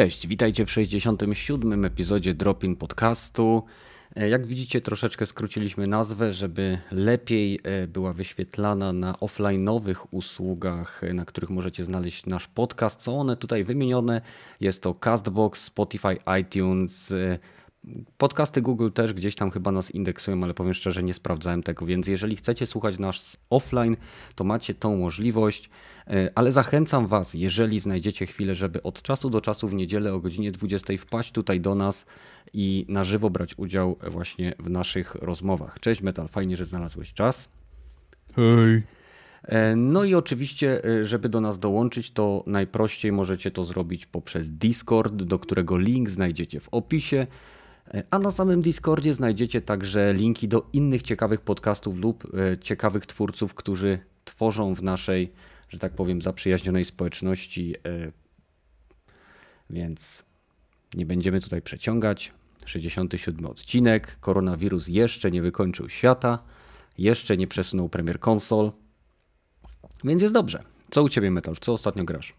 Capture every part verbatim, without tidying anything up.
Cześć, witajcie w sześćdziesiątym siódmym epizodzie Drop-in Podcastu. Jak widzicie, troszeczkę skróciliśmy nazwę, żeby lepiej była wyświetlana na offline'owych usługach, na których możecie znaleźć nasz podcast. Są one tutaj wymienione. Jest to Castbox, Spotify, iTunes. Podcasty Google też gdzieś tam chyba nas indeksują, ale powiem szczerze, nie sprawdzałem tego, więc jeżeli chcecie słuchać nas offline, to macie tą możliwość, ale zachęcam Was, jeżeli znajdziecie chwilę, żeby od czasu do czasu w niedzielę o godzinie dwudziestej wpaść tutaj do nas i na żywo brać udział właśnie w naszych rozmowach. Cześć Metal, fajnie, że znalazłeś czas. Hej. No i oczywiście, żeby do nas dołączyć, to najprościej możecie to zrobić poprzez Discord, do którego link znajdziecie w opisie. A na samym Discordzie znajdziecie także linki do innych ciekawych podcastów lub ciekawych twórców, którzy tworzą w naszej, że tak powiem, zaprzyjaźnionej społeczności. Więc nie będziemy tutaj przeciągać. sześćdziesiąty siódmy odcinek. Koronawirus jeszcze nie wykończył świata. Jeszcze nie przesunął premier konsol. Więc jest dobrze. Co u ciebie, Metal? Co ostatnio grasz?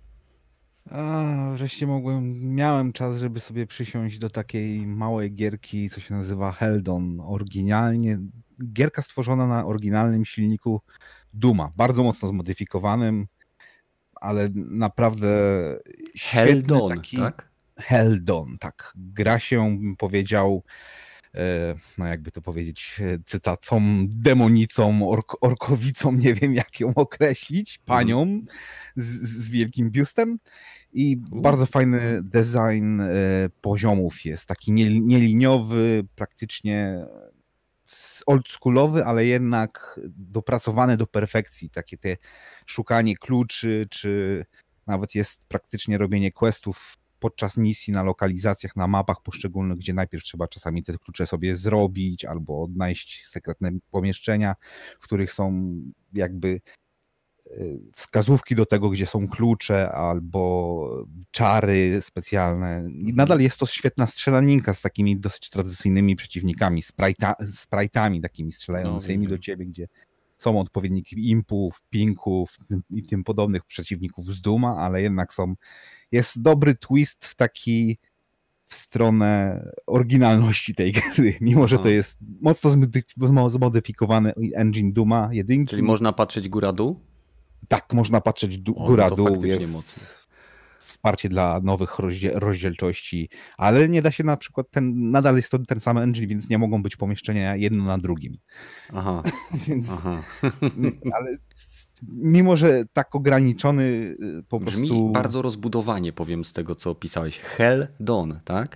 A, wreszcie mogłem, miałem czas, żeby sobie przysiąść do takiej małej gierki, co się nazywa Helldon. Oryginalnie, gierka stworzona na oryginalnym silniku Duma, bardzo mocno zmodyfikowanym, ale naprawdę świetny Helldon, taki... tak? Helldon, tak. Gra się, bym powiedział, no jakby to powiedzieć, cytacą, demonicą, ork orkowicą, nie wiem jak ją określić, panią z, z wielkim biustem i U. bardzo fajny design poziomów jest, taki nieliniowy, praktycznie oldschoolowy, ale jednak dopracowany do perfekcji, takie te szukanie kluczy, czy nawet jest praktycznie robienie questów podczas misji na lokalizacjach, na mapach poszczególnych, gdzie najpierw trzeba czasami te klucze sobie zrobić albo odnaleźć sekretne pomieszczenia, w których są jakby wskazówki do tego, gdzie są klucze albo czary specjalne. I nadal jest to świetna strzelaninka z takimi dosyć tradycyjnymi przeciwnikami, sprite'a, sprite'ami takimi strzelającymi No, do ciebie, gdzie są odpowiedniki impów, pinków i tym podobnych przeciwników z Duma, ale jednak są jest dobry twist w taki w stronę oryginalności tej gry, mimo że to jest mocno zmodyfikowany engine Duma jedynki. Czyli można patrzeć góra-dół? Tak, można patrzeć góra-dół, no jest mocno. Wsparcie dla nowych rozdzielczości, ale nie da się na przykład, ten, nadal jest to ten sam engine, więc nie mogą być pomieszczenia jedno na drugim. Aha. Więc, Aha. ale mimo, że tak ograniczony po Brzmi prostu... bardzo rozbudowanie, powiem z tego, co opisałeś. Helldon, tak?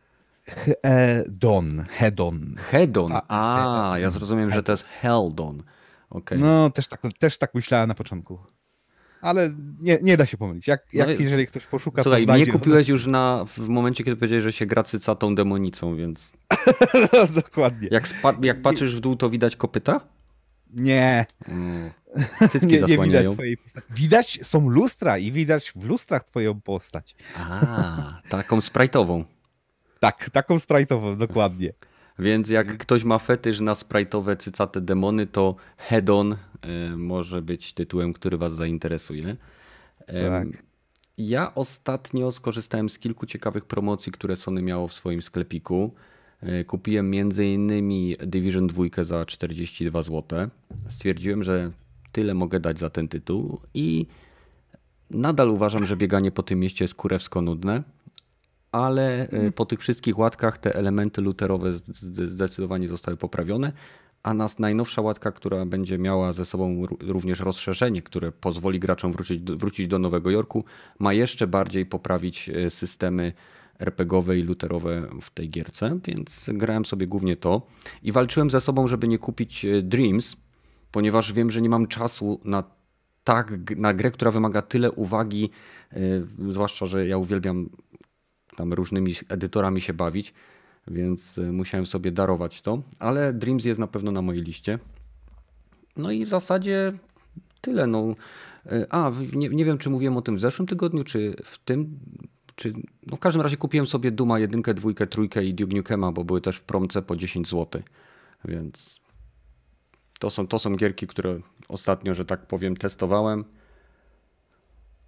Hedon, Hedon. Hedon, a, a ja zrozumiem, że to jest Helldon. Okay. No, też tak, też tak myślałem na początku. Ale nie, nie da się pomylić. Jak, jak no, jeżeli ktoś poszuka, słuchaj, to znajdzie. Mnie kupiłeś już na, w momencie, kiedy powiedziałeś, że się gra cycatą demonicą, więc... Dokładnie. Jak, jak patrzysz w dół, to widać kopyta? Nie. Mm. Cycki nie, zasłaniają. Nie widać swojej postaci. Widać, są lustra i widać w lustrach twoją postać. A, taką sprite'ową. Tak, taką sprite'ową, dokładnie. Więc jak ktoś ma fetysz na sprite'owe cycate demony, to Hedon y, może być tytułem, który was zainteresuje. Tak. Ja ostatnio skorzystałem z kilku ciekawych promocji, które Sony miało w swoim sklepiku. Kupiłem między innymi Division dwa za czterdzieści dwa złote. Stwierdziłem, że tyle mogę dać za ten tytuł i nadal uważam, że bieganie po tym mieście jest kurewsko nudne, ale po tych wszystkich łatkach te elementy looterowe zdecydowanie zostały poprawione, a nas najnowsza łatka, która będzie miała ze sobą również rozszerzenie, które pozwoli graczom wrócić do, wrócić do Nowego Jorku, ma jeszcze bardziej poprawić systemy er pe gie owe i looterowe w tej gierce, więc grałem sobie głównie to i walczyłem ze sobą, żeby nie kupić Dreams, ponieważ wiem, że nie mam czasu na, tak, na grę, która wymaga tyle uwagi, zwłaszcza, że ja uwielbiam tam różnymi edytorami się bawić, więc musiałem sobie darować to, ale Dreams jest na pewno na mojej liście. No i w zasadzie tyle. No. A, nie, nie wiem, czy mówiłem o tym w zeszłym tygodniu, czy w tym, czy... No w każdym razie kupiłem sobie Duma jedynkę, dwójkę, trójkę i Duke Nukema, bo były też w promce po dziesięć złotych, więc to są, to są gierki, które ostatnio, że tak powiem, testowałem.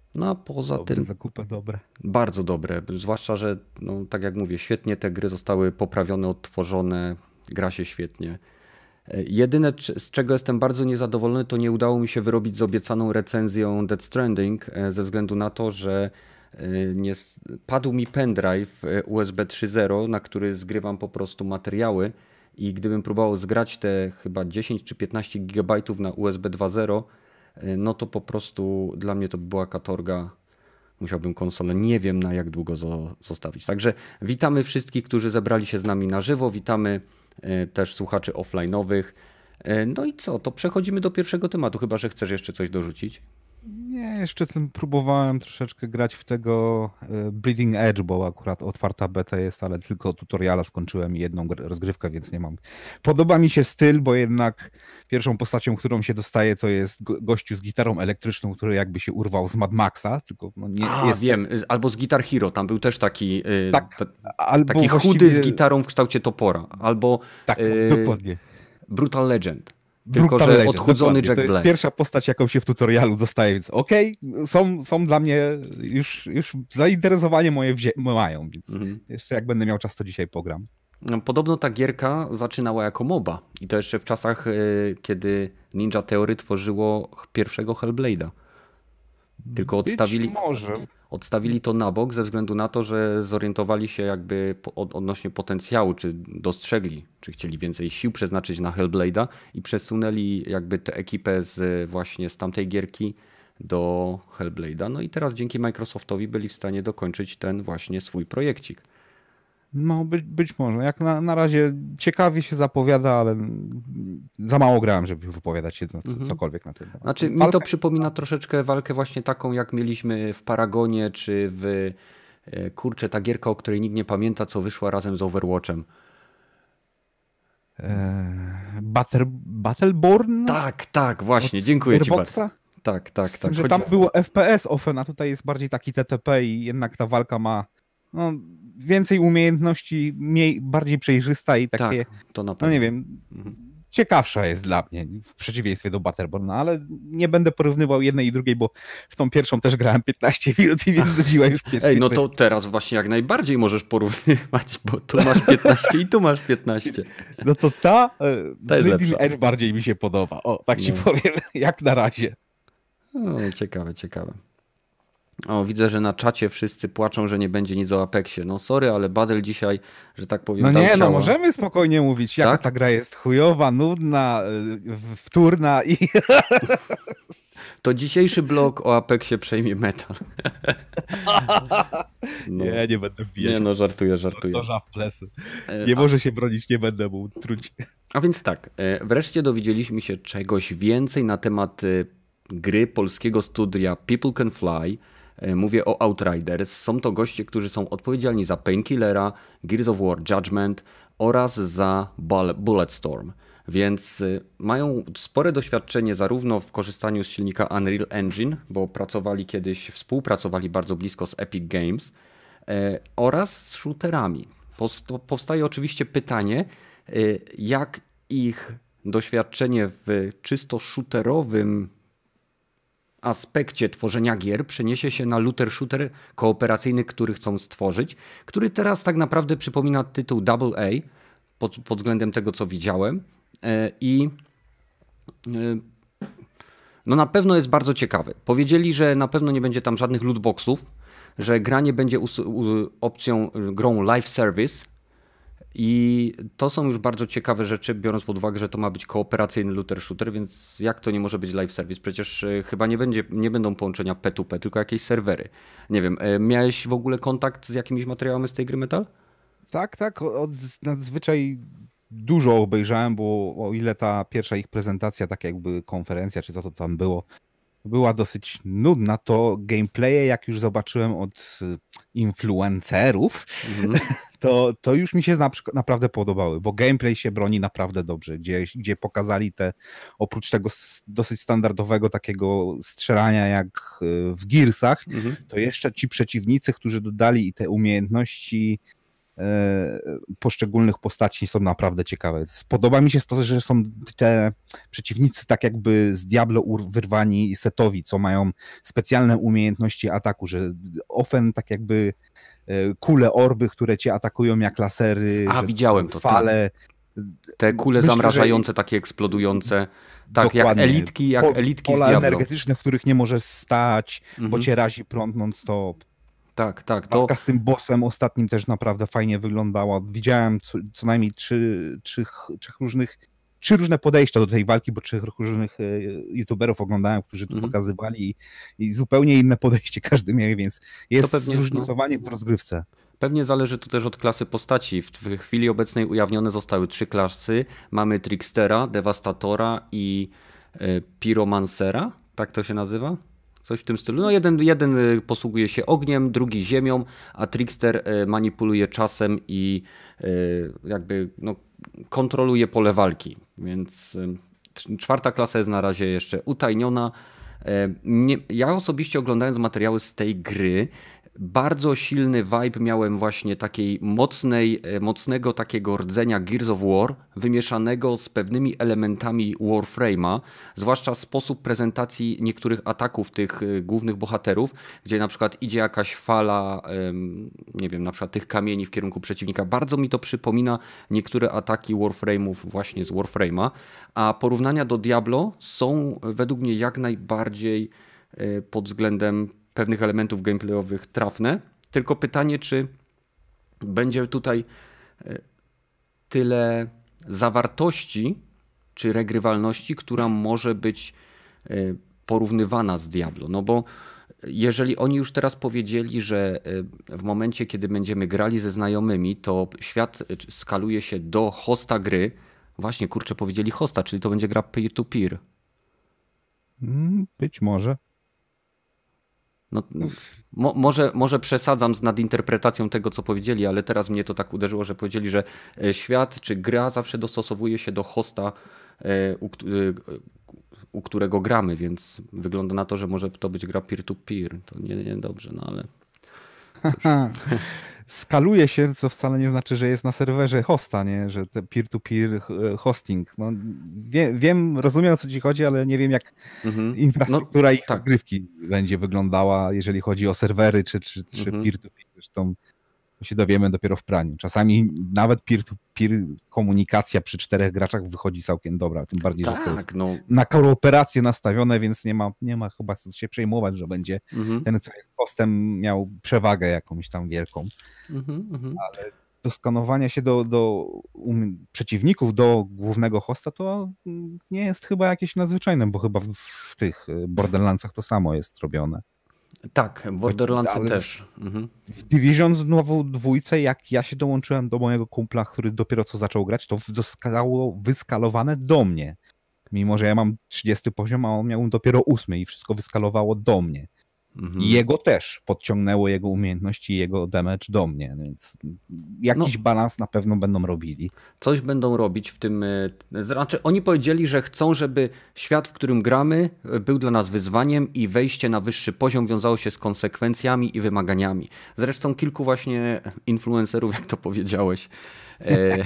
No a poza Dobre tym zakupy, dobre. bardzo dobre, zwłaszcza, że no, tak jak mówię, świetnie te gry zostały poprawione, odtworzone, gra się świetnie. Jedyne, z czego jestem bardzo niezadowolony, to nie udało mi się wyrobić z obiecaną recenzją Death Stranding, ze względu na to, że nie, padł mi pendrive U S B trzy zero, na który zgrywam po prostu materiały i gdybym próbował zgrać te chyba dziesięć czy piętnaście gigabajtów na U S B dwa zero, no to po prostu dla mnie to była katorga. Musiałbym konsolę nie wiem na jak długo zostawić. Także witamy wszystkich, którzy zebrali się z nami na żywo. Witamy też słuchaczy offline'owych. No i co? To przechodzimy do pierwszego tematu, chyba że chcesz jeszcze coś dorzucić. Nie, jeszcze tym próbowałem troszeczkę grać w tego Bleeding Edge, bo akurat otwarta beta jest, ale tylko tutoriala skończyłem i jedną rozgrywkę, więc nie mam. Podoba mi się styl, bo jednak pierwszą postacią, którą się dostaje, to jest gościu z gitarą elektryczną, który jakby się urwał z Mad Maxa, tylko no nie A, jest... wiem, albo z Guitar Hero, tam był też taki, tak, t- albo taki właściwie... chudy z gitarą w kształcie topora, albo tak, y- dokładnie. Brutal Legend. Tylko, Brutal że Legend, odchudzony dokładnie. Jack To jest Black. pierwsza postać, jaką się w tutorialu dostaje, więc okej, okay, są, są dla mnie, już, już zainteresowanie moje wzię- mają, więc mhm. jeszcze jak będę miał czas, to dzisiaj pogram. Podobno ta gierka zaczynała jako MOBA i to jeszcze w czasach, kiedy Ninja Theory tworzyło pierwszego Hellblade'a. Tylko odstawili, może. odstawili to na bok ze względu na to, że zorientowali się jakby odnośnie potencjału, czy dostrzegli, czy chcieli więcej sił przeznaczyć na Hellblade'a i przesunęli jakby tę ekipę z właśnie z tamtej gierki do Hellblade'a. No i teraz dzięki Microsoftowi byli w stanie dokończyć ten właśnie swój projekcik. No być, być może. Jak na, na razie ciekawie się zapowiada, ale za mało grałem, żeby wypowiadać się na c- cokolwiek na ten temat. Znaczy Walkę... mi to przypomina troszeczkę walkę właśnie taką, jak mieliśmy w Paragonie, czy w kurczę, ta gierka, o której nikt nie pamięta, co wyszła razem z Overwatchem. Eee, Battle, Battleborn? Tak, tak, właśnie, dziękuję ci bardzo. Tak, tak, Z tak. Tym, że Chodzi... tam było F P S ofen, a tutaj jest bardziej taki T T P i jednak ta walka ma no, więcej umiejętności, mniej, bardziej przejrzysta i takie, tak, to na pewno. no nie wiem, mhm. ciekawsza jest dla mnie w przeciwieństwie do Battleborn, no, ale nie będę porównywał jednej i drugiej, bo w tą pierwszą też grałem piętnaście minut i mnie znudziła już pierwszy. Ej, no to teraz właśnie jak najbardziej możesz porównywać, bo tu masz piętnaście i tu masz piętnaście. No to ta, ta jest Bleeding Edge bardziej mi się podoba, o, tak ci no. powiem, jak na razie. No, ciekawe, ciekawe. O, widzę, że na czacie wszyscy płaczą, że nie będzie nic o Apexie. No sorry, ale Badel dzisiaj, że tak powiem, no dał nie, ciała. No możemy spokojnie mówić, jaka tak? ta gra jest chujowa, nudna, wtórna i... To dzisiejszy blog o Apexie przejmie Metal. No. Nie, nie będę wbijać. Nie no, żartuję, żartuję. Noża w plecy. Nie A... może się bronić, nie będę mu truć. A więc tak, wreszcie dowiedzieliśmy się czegoś więcej na temat gry polskiego studia People Can Fly. Mówię o Outriders. Są to goście, którzy są odpowiedzialni za Painkillera, Gears of War Judgment oraz za Bulletstorm. Więc mają spore doświadczenie zarówno w korzystaniu z silnika Unreal Engine, bo pracowali kiedyś, współpracowali bardzo blisko z Epic Games, oraz z shooterami. Powstaje oczywiście pytanie, jak ich doświadczenie w czysto shooterowym aspekcie tworzenia gier przeniesie się na looter shooter kooperacyjny, który chcą stworzyć, który teraz tak naprawdę przypomina tytuł Double A pod, pod względem tego, co widziałem i no na pewno jest bardzo ciekawy. Powiedzieli, że na pewno nie będzie tam żadnych lootboxów, że gra nie będzie opcją grą live service i to są już bardzo ciekawe rzeczy, biorąc pod uwagę, że to ma być kooperacyjny looter shooter, więc jak to nie może być live service? Przecież chyba nie, będzie, nie będą połączenia P dwa P, tylko jakieś serwery. Nie wiem, miałeś w ogóle kontakt z jakimiś materiałami z tej gry Metal? Tak, tak, od, nadzwyczaj dużo obejrzałem, bo o ile ta pierwsza ich prezentacja, tak jakby konferencja, czy co to tam było, była dosyć nudna, to gameplaye, jak już zobaczyłem od influencerów, mm-hmm. to, to już mi się na, naprawdę podobały, bo gameplay się broni naprawdę dobrze, gdzie, gdzie pokazali te, oprócz tego dosyć standardowego takiego strzelania jak w Gearsach, mm-hmm. to jeszcze ci przeciwnicy, którzy dodali i te umiejętności poszczególnych postaci są naprawdę ciekawe. Podoba mi się to, że są te przeciwnicy tak jakby z Diablo wyrwani setowi, co mają specjalne umiejętności ataku, że ofen tak jakby kule, orby, które cię atakują jak lasery. A, widziałem to, fale. Tak. Te kule Myślę, zamrażające, że... takie eksplodujące. Tak, Dokładnie. jak elitki, jak po, elitki z Diablo. Pola energetyczne, w których nie możesz stać, mhm. bo cię razi prąd non-stop. Tak, tak. To... Walka z tym bossem ostatnim też naprawdę fajnie wyglądała. Widziałem co, co najmniej trzy, trzy, trzech różnych, trzy różne podejścia do tej walki, bo trzech różnych youtuberów oglądałem, którzy tu mhm. pokazywali i, i zupełnie inne podejście każdy miał, więc jest pewnie, zróżnicowanie no. w rozgrywce. Pewnie zależy to też od klasy postaci. W chwili obecnej ujawnione zostały trzy klasy. Mamy Trickstera, Devastatora i Pyromancera. Tak to się nazywa? Coś w tym stylu. No jeden, jeden posługuje się ogniem, drugi ziemią, a Trickster manipuluje czasem i jakby no, kontroluje pole walki. Więc czwarta klasa jest na razie jeszcze utajniona. Ja osobiście oglądając materiały z tej gry, bardzo silny vibe miałem właśnie takiej mocnej, mocnego takiego rdzenia Gears of War, wymieszanego z pewnymi elementami Warframe'a, zwłaszcza sposób prezentacji niektórych ataków tych głównych bohaterów, gdzie na przykład idzie jakaś fala, nie wiem, na przykład tych kamieni w kierunku przeciwnika. Bardzo mi to przypomina niektóre ataki Warframe'ów właśnie z Warframe'a, a porównania do Diablo są według mnie jak najbardziej pod względem pewnych elementów gameplayowych trafne. Tylko pytanie, czy będzie tutaj tyle zawartości, czy regrywalności, która może być porównywana z Diablo. No bo jeżeli oni już teraz powiedzieli, że w momencie, kiedy będziemy grali ze znajomymi, to świat skaluje się do hosta gry. Właśnie, kurczę, powiedzieli hosta, czyli to będzie gra peer-to-peer. Być może. No, mo, może, może przesadzam z nadinterpretacją tego, co powiedzieli, ale teraz mnie to tak uderzyło, że powiedzieli, że świat czy gra zawsze dostosowuje się do hosta, u, u którego gramy, więc wygląda na to, że może to być gra peer-to-peer. To nie, nie dobrze, no ale... Skaluje się, co wcale nie znaczy, że jest na serwerze hosta, nie? Że te peer-to-peer hosting. No, wie, wiem, rozumiem, o co ci chodzi, ale nie wiem, jak mhm. infrastruktura no, ich tak. rozgrywki będzie wyglądała, jeżeli chodzi o serwery czy, czy, czy mhm. peer-to-peer. Zresztą to się dowiemy dopiero w praniu. Czasami nawet peer-to-peer komunikacja przy czterech graczach wychodzi całkiem dobra, tym bardziej, tak, że to jest no. na kooperację nastawione, więc nie ma, nie ma chyba co się przejmować, że będzie mhm. ten, co jest hostem, miał przewagę jakąś tam wielką. Mhm, mhm. Ale do skanowania się do, do um, przeciwników do głównego hosta to nie jest chyba jakieś nadzwyczajne, bo chyba w, w tych Borderlandsach to samo jest robione. Tak, Borderlandsy ale też. Mhm. W Division znowu dwójce, jak ja się dołączyłem do mojego kumpla, który dopiero co zaczął grać, to zostało wyskalowane do mnie. Mimo że ja mam trzydziesty poziom, a on miał dopiero ósmy i wszystko wyskalowało do mnie. Mhm. I jego też podciągnęło jego umiejętności i jego damage do mnie, więc jakiś no, balans na pewno będą robili. Coś będą robić w tym, znaczy oni powiedzieli, że chcą, żeby świat, w którym gramy, był dla nas wyzwaniem i wejście na wyższy poziom wiązało się z konsekwencjami i wymaganiami. Zresztą kilku właśnie influencerów, jak to powiedziałeś, e,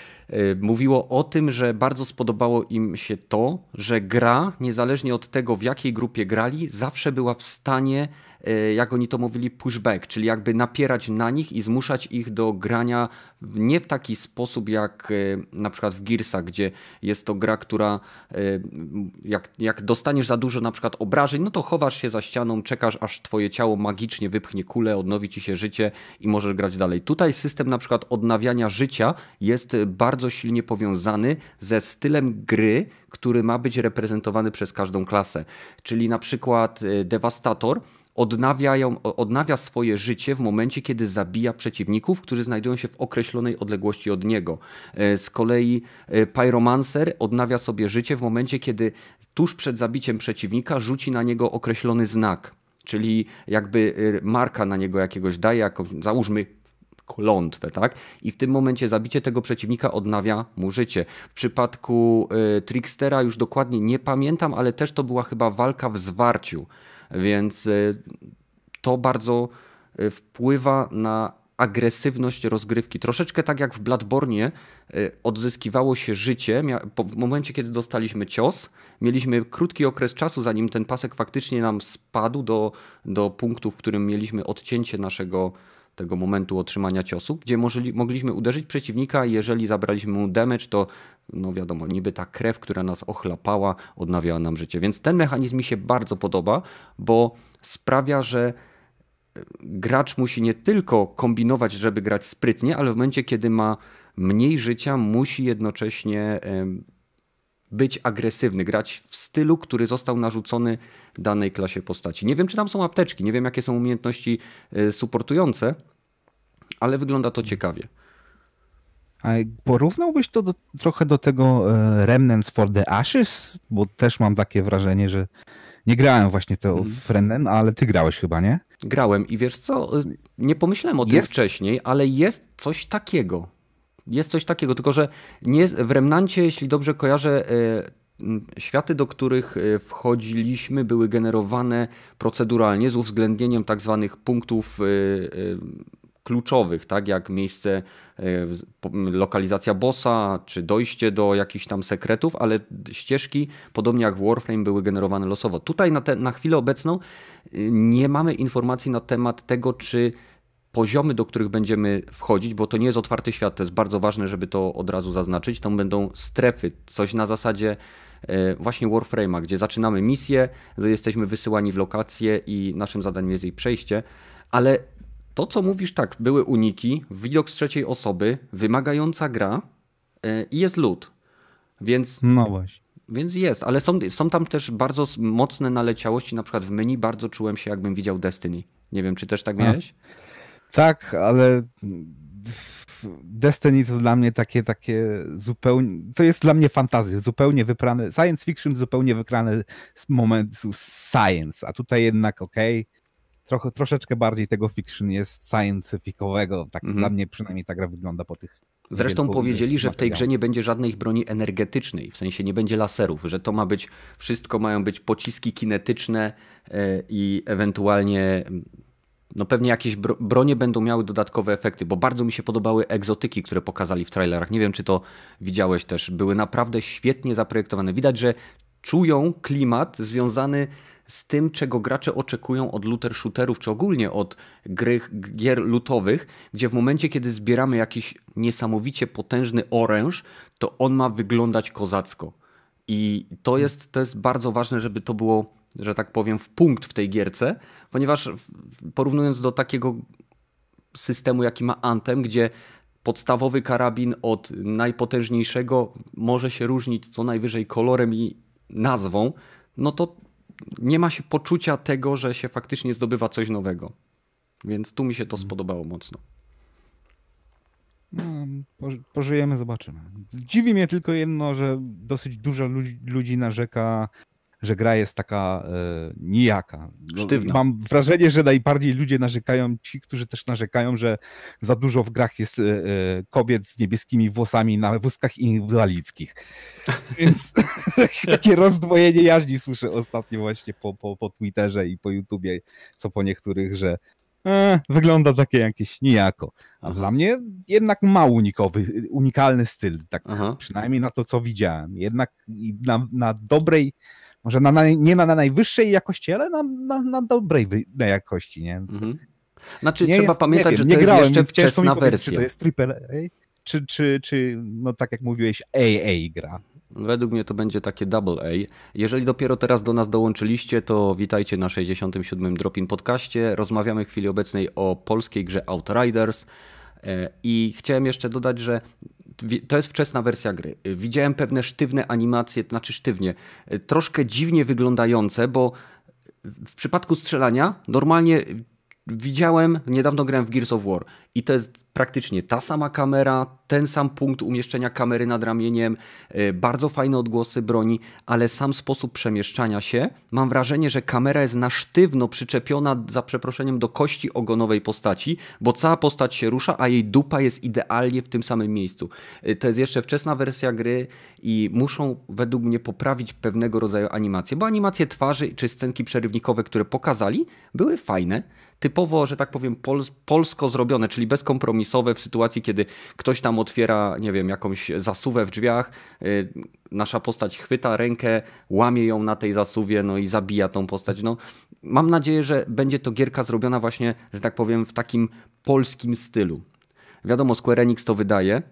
mówiło o tym, że bardzo spodobało im się to, że gra, niezależnie od tego, w jakiej grupie grali, zawsze była w stanie, jak oni to mówili, pushback, czyli jakby napierać na nich i zmuszać ich do grania nie w taki sposób jak na przykład w Gearsach, gdzie jest to gra, która jak, jak dostaniesz za dużo na przykład obrażeń, no to chowasz się za ścianą, czekasz aż twoje ciało magicznie wypchnie kulę, odnowi ci się życie i możesz grać dalej. Tutaj system na przykład odnawiania życia jest bardzo silnie powiązany ze stylem gry, który ma być reprezentowany przez każdą klasę. Czyli na przykład Devastator odnawiają, odnawia swoje życie w momencie, kiedy zabija przeciwników, którzy znajdują się w określonej odległości od niego. Z kolei Pyromancer odnawia sobie życie w momencie, kiedy tuż przed zabiciem przeciwnika rzuci na niego określony znak. Czyli jakby marka na niego jakiegoś daje, jakąś, załóżmy klątwę, tak? I w tym momencie zabicie tego przeciwnika odnawia mu życie. W przypadku y, Trickstera już dokładnie nie pamiętam, ale też to była chyba walka w zwarciu, więc y, to bardzo y, wpływa na agresywność rozgrywki. Troszeczkę tak jak w Bloodborne odzyskiwało się życie. W momencie, kiedy dostaliśmy cios, mieliśmy krótki okres czasu, zanim ten pasek faktycznie nam spadł do, do punktu, w którym mieliśmy odcięcie naszego tego momentu otrzymania ciosu, gdzie możli, mogliśmy uderzyć przeciwnika i jeżeli zabraliśmy mu damage, to no wiadomo, niby ta krew, która nas ochlapała, odnawiała nam życie. Więc ten mechanizm mi się bardzo podoba, bo sprawia, że gracz musi nie tylko kombinować, żeby grać sprytnie, ale w momencie, kiedy ma mniej życia, musi jednocześnie być agresywny, grać w stylu, który został narzucony danej klasie postaci. Nie wiem, czy tam są apteczki, nie wiem, jakie są umiejętności supportujące, ale wygląda to ciekawie. A porównałbyś to do, trochę do tego Remnants for the Ashes? Bo też mam takie wrażenie, że nie grałem właśnie to hmm. w Remnant, ale ty grałeś chyba, nie? Grałem i wiesz co, nie pomyślałem o tym jest... wcześniej, ale jest coś takiego. Jest coś takiego, tylko że nie, w Remnancie, jeśli dobrze kojarzę, światy, do których wchodziliśmy, były generowane proceduralnie z uwzględnieniem tak zwanych punktów kluczowych, tak jak miejsce, lokalizacja bossa, czy dojście do jakichś tam sekretów, ale ścieżki, podobnie jak w Warframe, były generowane losowo. Tutaj na, te, na chwilę obecną nie mamy informacji na temat tego, czy poziomy, do których będziemy wchodzić, bo to nie jest otwarty świat, to jest bardzo ważne, żeby to od razu zaznaczyć, tam będą strefy, coś na zasadzie właśnie Warframe'a, gdzie zaczynamy misję, jesteśmy wysyłani w lokację i naszym zadaniem jest jej przejście, ale to, co mówisz, tak, były uniki, widok z trzeciej osoby, wymagająca gra i jest loot, więc... No właśnie. Więc jest, ale są, są tam też bardzo mocne naleciałości, na przykład w menu bardzo czułem się, jakbym widział Destiny. Nie wiem, czy też tak miałeś? A, tak, ale Destiny to dla mnie takie, takie zupełnie, to jest dla mnie fantazja, zupełnie wyprane, science fiction zupełnie wykrane z momentu science, a tutaj jednak okej, okay, trochę, troszeczkę bardziej tego fiction jest scientificowego, tak mhm. dla mnie przynajmniej ta gra wygląda po tych. Zresztą powiedzieli, że w tej grze nie będzie żadnej broni energetycznej, w sensie nie będzie laserów, że to ma być, wszystko mają być pociski kinetyczne i ewentualnie no pewnie jakieś bronie będą miały dodatkowe efekty, bo bardzo mi się podobały egzotyki, które pokazali w trailerach. Nie wiem, czy to widziałeś też. Były naprawdę świetnie zaprojektowane. Widać, że czują klimat związany z tym, czego gracze oczekują od looter shooterów, czy ogólnie od gry, gier lootowych, gdzie w momencie, kiedy zbieramy jakiś niesamowicie potężny oręż, to on ma wyglądać kozacko. I to jest, to jest bardzo ważne, żeby to było, że tak powiem, w punkt w tej gierce, ponieważ porównując do takiego systemu, jaki ma Anthem, gdzie podstawowy karabin od najpotężniejszego może się różnić co najwyżej kolorem i nazwą, no to nie ma się poczucia tego, że się faktycznie zdobywa coś nowego. Więc tu mi się to spodobało mocno. No, pożyjemy, zobaczymy. Dziwi mnie tylko jedno, że dosyć dużo ludzi, ludzi narzeka, że gra jest taka e, nijaka. Sztywna. Mam wrażenie, że najbardziej ludzie narzekają, ci, którzy też narzekają, że za dużo w grach jest e, kobiet z niebieskimi włosami na wózkach inwalidzkich. Więc takie rozdwojenie jaźni słyszę ostatnio właśnie po, po, po Twitterze i po YouTubie, co po niektórych, że e, wygląda takie jakieś nijako. A Aha. dla mnie jednak ma unikowy, unikalny styl, tak Aha. przynajmniej na to, co widziałem. Jednak na, na dobrej, może na, na, nie na, na najwyższej jakości, ale na, na, na dobrej na jakości. Nie? Mhm. Znaczy nie trzeba jest, pamiętać, wiem, że to jest grałem, jeszcze wczesna wersja. Czy to jest triple A, czy, czy, czy no tak jak mówiłeś, A A gra. Według mnie to będzie takie double A. Jeżeli dopiero teraz do nas dołączyliście, to witajcie na sześćdziesiątym siódmym Drop-in podcaście. Rozmawiamy w chwili obecnej o polskiej grze Outriders i chciałem jeszcze dodać, że to jest wczesna wersja gry. Widziałem pewne sztywne animacje, to znaczy sztywnie, troszkę dziwnie wyglądające, bo w przypadku strzelania normalnie widziałem, niedawno grałem w Gears of War i to jest praktycznie ta sama kamera, ten sam punkt umieszczenia kamery nad ramieniem, bardzo fajne odgłosy broni, ale sam sposób przemieszczania się, mam wrażenie, że kamera jest na sztywno przyczepiona, za przeproszeniem, do kości ogonowej postaci, bo cała postać się rusza, a jej dupa jest idealnie w tym samym miejscu. To jest jeszcze wczesna wersja gry i muszą według mnie poprawić pewnego rodzaju animacje, bo animacje twarzy czy scenki przerywnikowe, które pokazali, były fajne, typowo, że tak powiem, pol- polsko zrobione, czyli czyli bezkompromisowe w sytuacji, kiedy ktoś tam otwiera, nie wiem, jakąś zasuwę w drzwiach, nasza postać chwyta rękę, łamie ją na tej zasuwie, no i zabija tą postać. No, mam nadzieję, że będzie to gierka zrobiona właśnie, że tak powiem, w takim polskim stylu. Wiadomo, Square Enix to wydaje,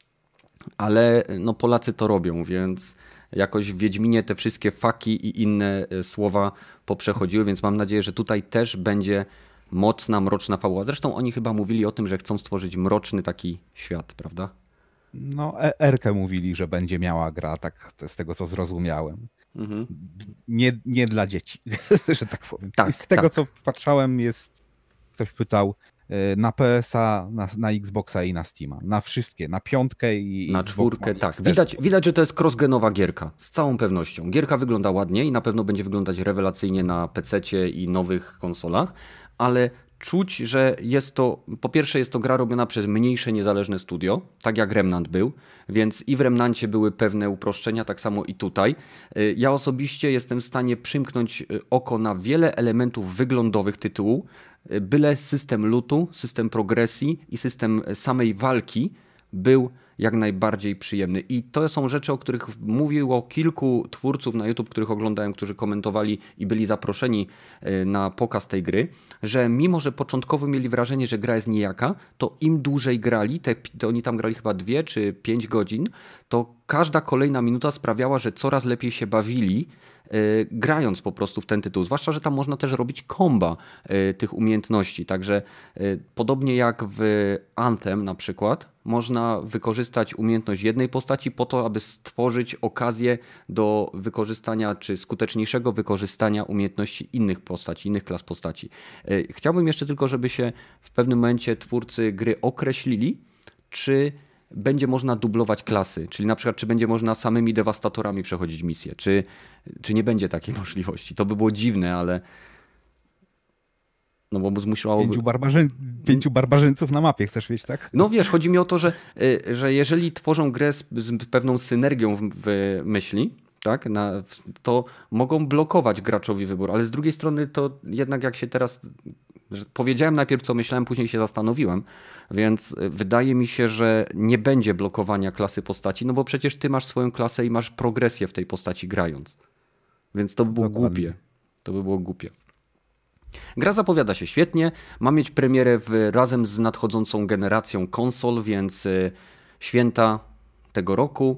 ale no Polacy to robią, więc jakoś w Wiedźminie te wszystkie faki i inne słowa poprzechodziły, więc mam nadzieję, że tutaj też będzie mocna, mroczna fabuła. Zresztą oni chyba mówili o tym, że chcą stworzyć mroczny taki świat, prawda? No, e- Erkę mówili, że będzie miała gra, tak z tego co zrozumiałem. Mhm. Nie, nie dla dzieci, że tak powiem. Tak, I z tego tak. co patrzałem jest, ktoś pytał, na P S a, na, na Xboxa i na Steama. Na wszystkie, na piątkę i na Xbox czwórkę, One tak. X Widać, też. widać, że to jest crossgenowa gierka, z całą pewnością. Gierka wygląda ładnie i na pewno będzie wyglądać rewelacyjnie na pececie i nowych konsolach, ale czuć, że jest to, po pierwsze jest to gra robiona przez mniejsze, niezależne studio, tak jak Remnant był, więc i w Remnancie były pewne uproszczenia, tak samo i tutaj. Ja osobiście jestem w stanie przymknąć oko na wiele elementów wyglądowych tytułu, byle system lootu, system progresji i system samej walki był jak najbardziej przyjemny. I to są rzeczy, o których mówiło kilku twórców na YouTube, których oglądałem, którzy komentowali i byli zaproszeni na pokaz tej gry, że mimo, że początkowo mieli wrażenie, że gra jest nijaka, to im dłużej grali, te, to oni tam grali chyba dwie czy pięć godzin, to każda kolejna minuta sprawiała, że coraz lepiej się bawili, grając po prostu w ten tytuł. Zwłaszcza, że tam można też robić komba tych umiejętności. Także podobnie jak w Anthem na przykład, można wykorzystać umiejętność jednej postaci po to, aby stworzyć okazję do wykorzystania czy skuteczniejszego wykorzystania umiejętności innych postaci, innych klas postaci. Chciałbym jeszcze tylko, żeby się w pewnym momencie twórcy gry określili, czy będzie można dublować klasy, czyli na przykład czy będzie można samymi dewastatorami przechodzić misje, czy, czy nie będzie takiej możliwości. To by było dziwne, ale no bo musiałoby... Pięciu, barbarzyn... Pięciu barbarzyńców na mapie, chcesz mieć, tak? No wiesz, chodzi mi o to, że, że jeżeli tworzą grę z, z pewną synergią w, w myśli, tak, na, to mogą blokować graczowi wybór, ale z drugiej strony to jednak jak się teraz... Powiedziałem najpierw, co myślałem, później się zastanowiłem, więc wydaje mi się, że nie będzie blokowania klasy postaci, no bo przecież ty masz swoją klasę i masz progresję w tej postaci grając. Więc to by było Dokładnie. głupie. To by było głupie. Gra zapowiada się świetnie, ma mieć premierę w, razem z nadchodzącą generacją konsol, więc święta tego roku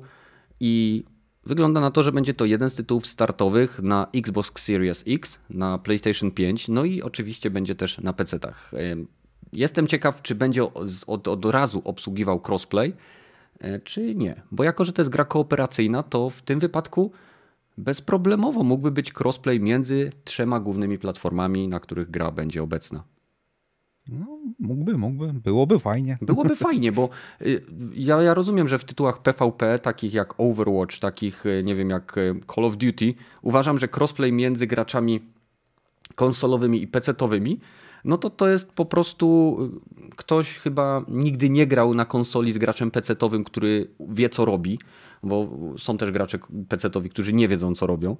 i wygląda na to, że będzie to jeden z tytułów startowych na Xbox Series X, na PlayStation pięć, no i oczywiście będzie też na pecetach. Jestem ciekaw, czy będzie od, od razu obsługiwał crossplay, czy nie. Bo jako, że to jest gra kooperacyjna, to w tym wypadku bezproblemowo mógłby być crossplay między trzema głównymi platformami, na których gra będzie obecna. No, mógłby, mógłby. Byłoby fajnie. Byłoby fajnie, bo ja, ja rozumiem, że w tytułach P V P, takich jak Overwatch, takich nie wiem jak Call of Duty, uważam, że crossplay między graczami konsolowymi i pecetowymi, no to to jest po prostu ktoś chyba nigdy nie grał na konsoli z graczem pecetowym, który wie co robi, bo są też gracze pecetowi, którzy nie wiedzą co robią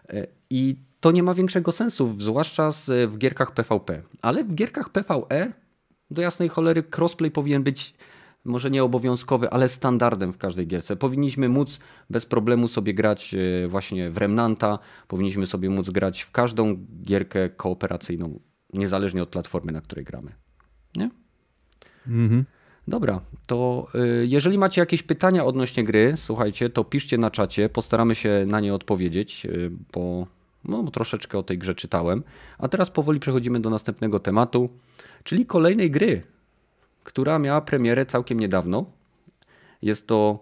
i to nie ma większego sensu, zwłaszcza w gierkach P V P, ale w gierkach P V E do jasnej cholery crossplay powinien być może nie obowiązkowy, ale standardem w każdej gierce. Powinniśmy móc bez problemu sobie grać właśnie w Remnanta, powinniśmy sobie móc grać w każdą gierkę kooperacyjną, niezależnie od platformy, na której gramy. Nie? Mhm. Dobra, to jeżeli macie jakieś pytania odnośnie gry, słuchajcie, to piszcie na czacie, postaramy się na nie odpowiedzieć, bo no, troszeczkę o tej grze czytałem. A teraz powoli przechodzimy do następnego tematu, czyli kolejnej gry, która miała premierę całkiem niedawno. Jest to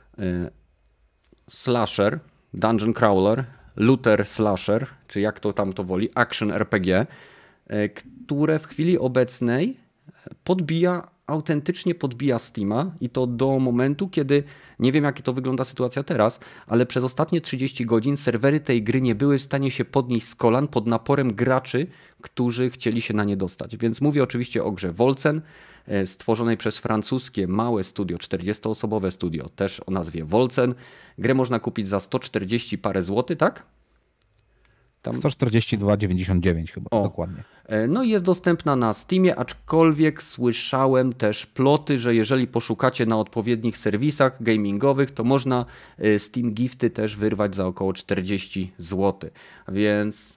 slasher, dungeon crawler, looter slasher, czy jak to tam to woli, action R P G, które w chwili obecnej podbija, autentycznie podbija Steama i to do momentu, kiedy, nie wiem jak to wygląda sytuacja teraz, ale przez ostatnie trzydzieści godzin serwery tej gry nie były w stanie się podnieść z kolan pod naporem graczy, którzy chcieli się na nie dostać. Więc mówię oczywiście o grze Wolcen, stworzonej przez francuskie małe studio, czterdziestoosobowe studio, też o nazwie Wolcen. Grę można kupić za sto czterdzieści parę złotych, tak? Tam... sto czterdzieści dwa dziewięćdziesiąt dziewięć chyba, o. dokładnie. No i jest dostępna na Steamie, aczkolwiek słyszałem też ploty, że jeżeli poszukacie na odpowiednich serwisach gamingowych, to można Steam Gifty też wyrwać za około czterdzieści złotych. Więc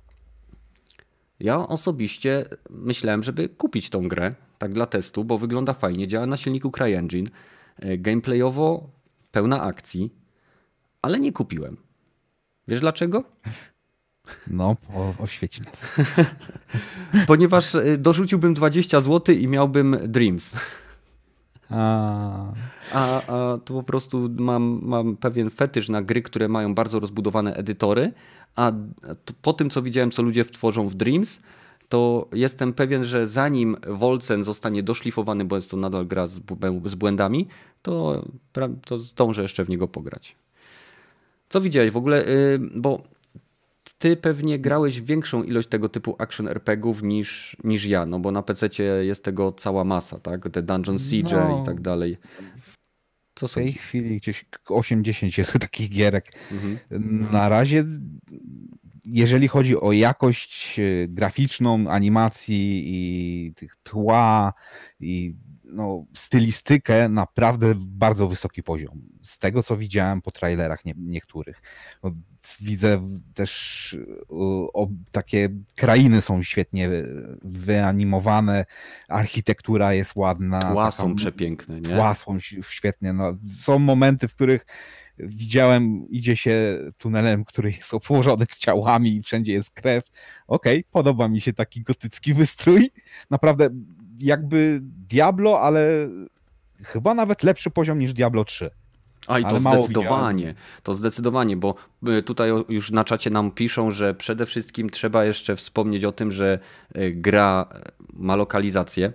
ja osobiście myślałem, żeby kupić tą grę, tak dla testu, bo wygląda fajnie, działa na silniku CryEngine, gameplayowo pełna akcji, ale nie kupiłem. Wiesz dlaczego? No, o, oświeć nas. Ponieważ dorzuciłbym dwadzieścia złotych i miałbym Dreams. A... A, a to po prostu mam, mam pewien fetysz na gry, które mają bardzo rozbudowane edytory, a po tym, co widziałem, co ludzie tworzą w Dreams, to jestem pewien, że zanim Wolcen zostanie doszlifowany, bo jest to nadal gra z, z błędami, to, to zdążę jeszcze w niego pograć. Co widziałeś w ogóle? Bo ty pewnie grałeś większą ilość tego typu action er pe gie ów niż, niż ja, no bo na pececie jest tego cała masa, tak? Te Dungeon Siege no, i tak dalej. Co w tej są? chwili gdzieś osiem dziesięć jest takich gierek. Mhm. Na razie, jeżeli chodzi o jakość graficzną, animacji i tych tła i no, stylistykę, naprawdę bardzo wysoki poziom. Z tego, co widziałem po trailerach nie, niektórych. No, widzę też o, takie krainy są świetnie wyanimowane, architektura jest ładna. Tła są przepiękne, nie? Tła są świetnie. No, są momenty, w których widziałem, idzie się tunelem, który jest obłożony ciałami i wszędzie jest krew. Okej, okay, podoba mi się taki gotycki wystrój. Naprawdę jakby Diablo, ale chyba nawet lepszy poziom niż Diablo trzy. A i to zdecydowanie, to zdecydowanie, bo tutaj już na czacie nam piszą, że przede wszystkim trzeba jeszcze wspomnieć o tym, że gra ma lokalizację.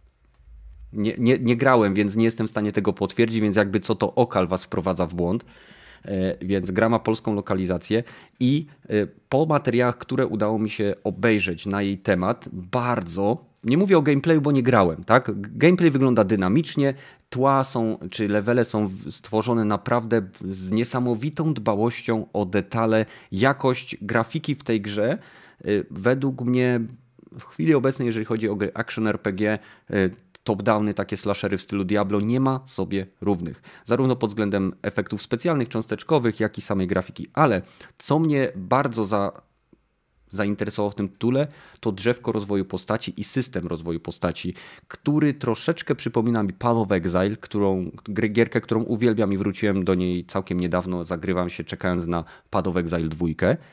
Nie, nie, nie grałem, więc nie jestem w stanie tego potwierdzić, więc jakby co to Okal was wprowadza w błąd. Więc gra ma polską lokalizację i po materiałach, które udało mi się obejrzeć na jej temat, bardzo, nie mówię o gameplayu, bo nie grałem, tak? Gameplay wygląda dynamicznie, tła są, czy levele są stworzone naprawdę z niesamowitą dbałością o detale, jakość grafiki w tej grze. Według mnie w chwili obecnej, jeżeli chodzi o gry action er pe gie, top-downy, takie slashery w stylu Diablo, nie ma sobie równych. Zarówno pod względem efektów specjalnych, cząsteczkowych, jak i samej grafiki. Ale co mnie bardzo za, zainteresowało w tym tytule, to drzewko rozwoju postaci i system rozwoju postaci, który troszeczkę przypomina mi Path of Exile, którą, gierkę, którą uwielbiam i wróciłem do niej całkiem niedawno. Zagrywam się czekając na Path of Exile dwa.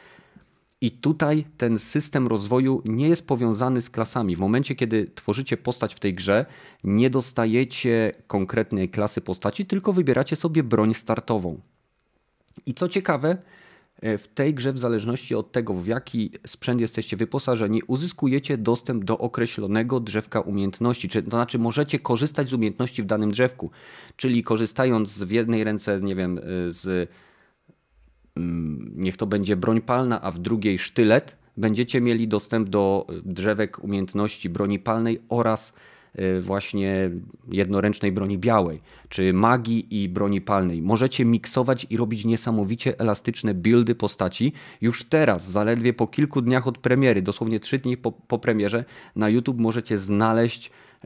I tutaj ten system rozwoju nie jest powiązany z klasami. W momencie, kiedy tworzycie postać w tej grze, nie dostajecie konkretnej klasy postaci, tylko wybieracie sobie broń startową. I co ciekawe, w tej grze w zależności od tego, w jaki sprzęt jesteście wyposażeni, uzyskujecie dostęp do określonego drzewka umiejętności. To znaczy możecie korzystać z umiejętności w danym drzewku. Czyli korzystając w jednej ręce, nie wiem, z... niech to będzie broń palna, a w drugiej sztylet, będziecie mieli dostęp do drzewek umiejętności broni palnej oraz właśnie jednoręcznej broni białej, czy magii i broni palnej. Możecie miksować i robić niesamowicie elastyczne buildy postaci. Już teraz, zaledwie po kilku dniach od premiery, dosłownie trzy dni po, po premierze, na YouTube możecie znaleźć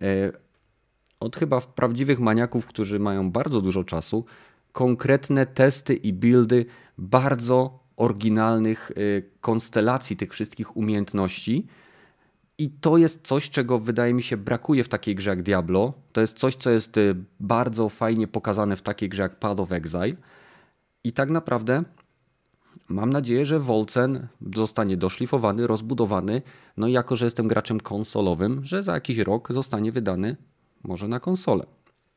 od chyba prawdziwych maniaków, którzy mają bardzo dużo czasu, konkretne testy i buildy bardzo oryginalnych konstelacji tych wszystkich umiejętności. I to jest coś, czego wydaje mi się brakuje w takiej grze jak Diablo. To jest coś, co jest bardzo fajnie pokazane w takiej grze jak Path of Exile. I tak naprawdę mam nadzieję, że Wolcen zostanie doszlifowany, rozbudowany. No i jako, że jestem graczem konsolowym, że za jakiś rok zostanie wydany może na konsolę.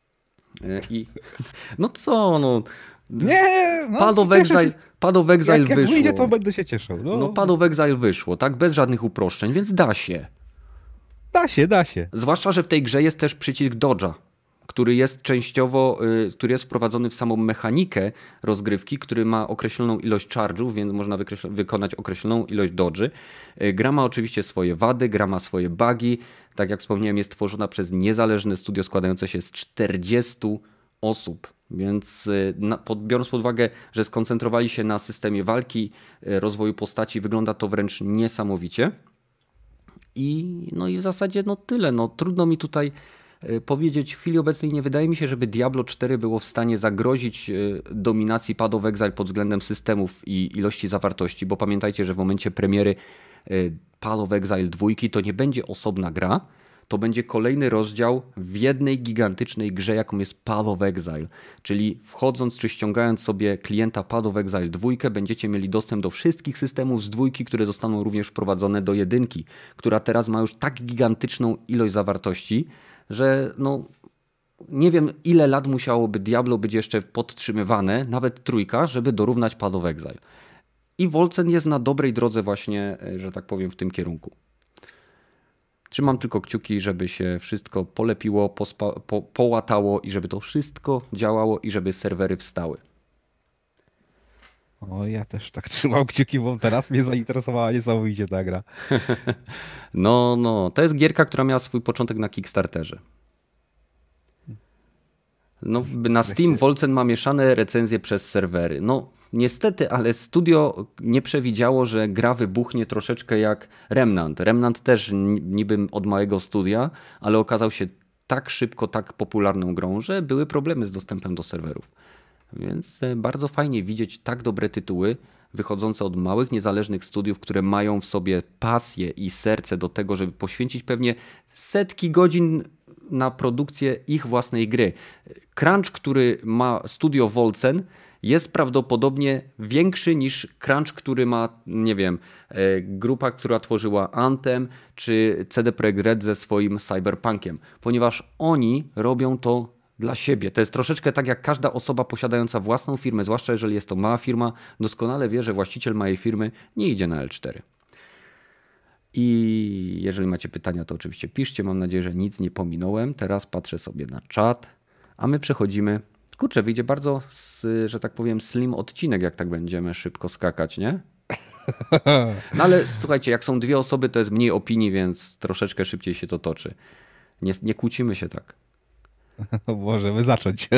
I no co, no... Nie, no, Path of Exile, Path of Exile jak, jak wyszło. wyjdzie, to będę się cieszył. No. no Path of Exile wyszło, tak? Bez żadnych uproszczeń, więc da się. Da się, da się. Zwłaszcza, że w tej grze jest też przycisk dodge'a, który jest częściowo, y, który jest wprowadzony w samą mechanikę rozgrywki, który ma określoną ilość charge'ów, więc można wykonać określoną ilość dodge'y. Y, gra ma oczywiście swoje wady, gra ma swoje bugi. Tak jak wspomniałem, jest tworzona przez niezależne studio składające się z czterdziestu osób. Więc na, pod, biorąc pod uwagę, że skoncentrowali się na systemie walki, rozwoju postaci, wygląda to wręcz niesamowicie. I, no i w zasadzie no tyle. No, trudno mi tutaj powiedzieć, w chwili obecnej nie wydaje mi się, żeby Diablo cztery było w stanie zagrozić dominacji Path of Exile pod względem systemów i ilości zawartości, bo pamiętajcie, że w momencie premiery Path of Exile dwa to nie będzie osobna gra, to będzie kolejny rozdział w jednej gigantycznej grze, jaką jest Path of Exile. Czyli wchodząc czy ściągając sobie klienta Path of Exile dwa, będziecie mieli dostęp do wszystkich systemów z dwójki, które zostaną również wprowadzone do jedynki, która teraz ma już tak gigantyczną ilość zawartości, że no nie wiem, ile lat musiałoby Diablo być jeszcze podtrzymywane, nawet trójka, żeby dorównać Path of Exile. I Wolcen jest na dobrej drodze właśnie, że tak powiem, w tym kierunku. Trzymam tylko kciuki, żeby się wszystko polepiło, pospa- po- połatało i żeby to wszystko działało i żeby serwery wstały. O, ja też tak trzymam kciuki, bo teraz mnie zainteresowała niesamowicie ta gra. No, no, to jest gierka, która miała swój początek na Kickstarterze. No, na Steam Wolcen ma mieszane recenzje przez serwery. No, niestety, ale studio nie przewidziało, że gra wybuchnie troszeczkę jak Remnant. Remnant też niby od małego studia, ale okazał się tak szybko, tak popularną grą, że były problemy z dostępem do serwerów. Więc bardzo fajnie widzieć tak dobre tytuły wychodzące od małych, niezależnych studiów, które mają w sobie pasję i serce do tego, żeby poświęcić pewnie setki godzin na produkcję ich własnej gry. Crunch, który ma studio Wolcen, jest prawdopodobnie większy niż crunch, który ma, nie wiem, grupa, która tworzyła Anthem, czy C D Projekt Red ze swoim Cyberpunkiem, ponieważ oni robią to dla siebie. To jest troszeczkę tak jak każda osoba posiadająca własną firmę, zwłaszcza jeżeli jest to mała firma, doskonale wie, że właściciel małej firmy nie idzie na L cztery. I jeżeli macie pytania, to oczywiście piszcie. Mam nadzieję, że nic nie pominąłem. Teraz patrzę sobie na czat, a my przechodzimy. Kurczę, wyjdzie bardzo, że tak powiem, slim odcinek, jak tak będziemy szybko skakać, nie? No ale słuchajcie, jak są dwie osoby, to jest mniej opinii, więc troszeczkę szybciej się to toczy. Nie, nie kłócimy się tak. Możemy zacząć.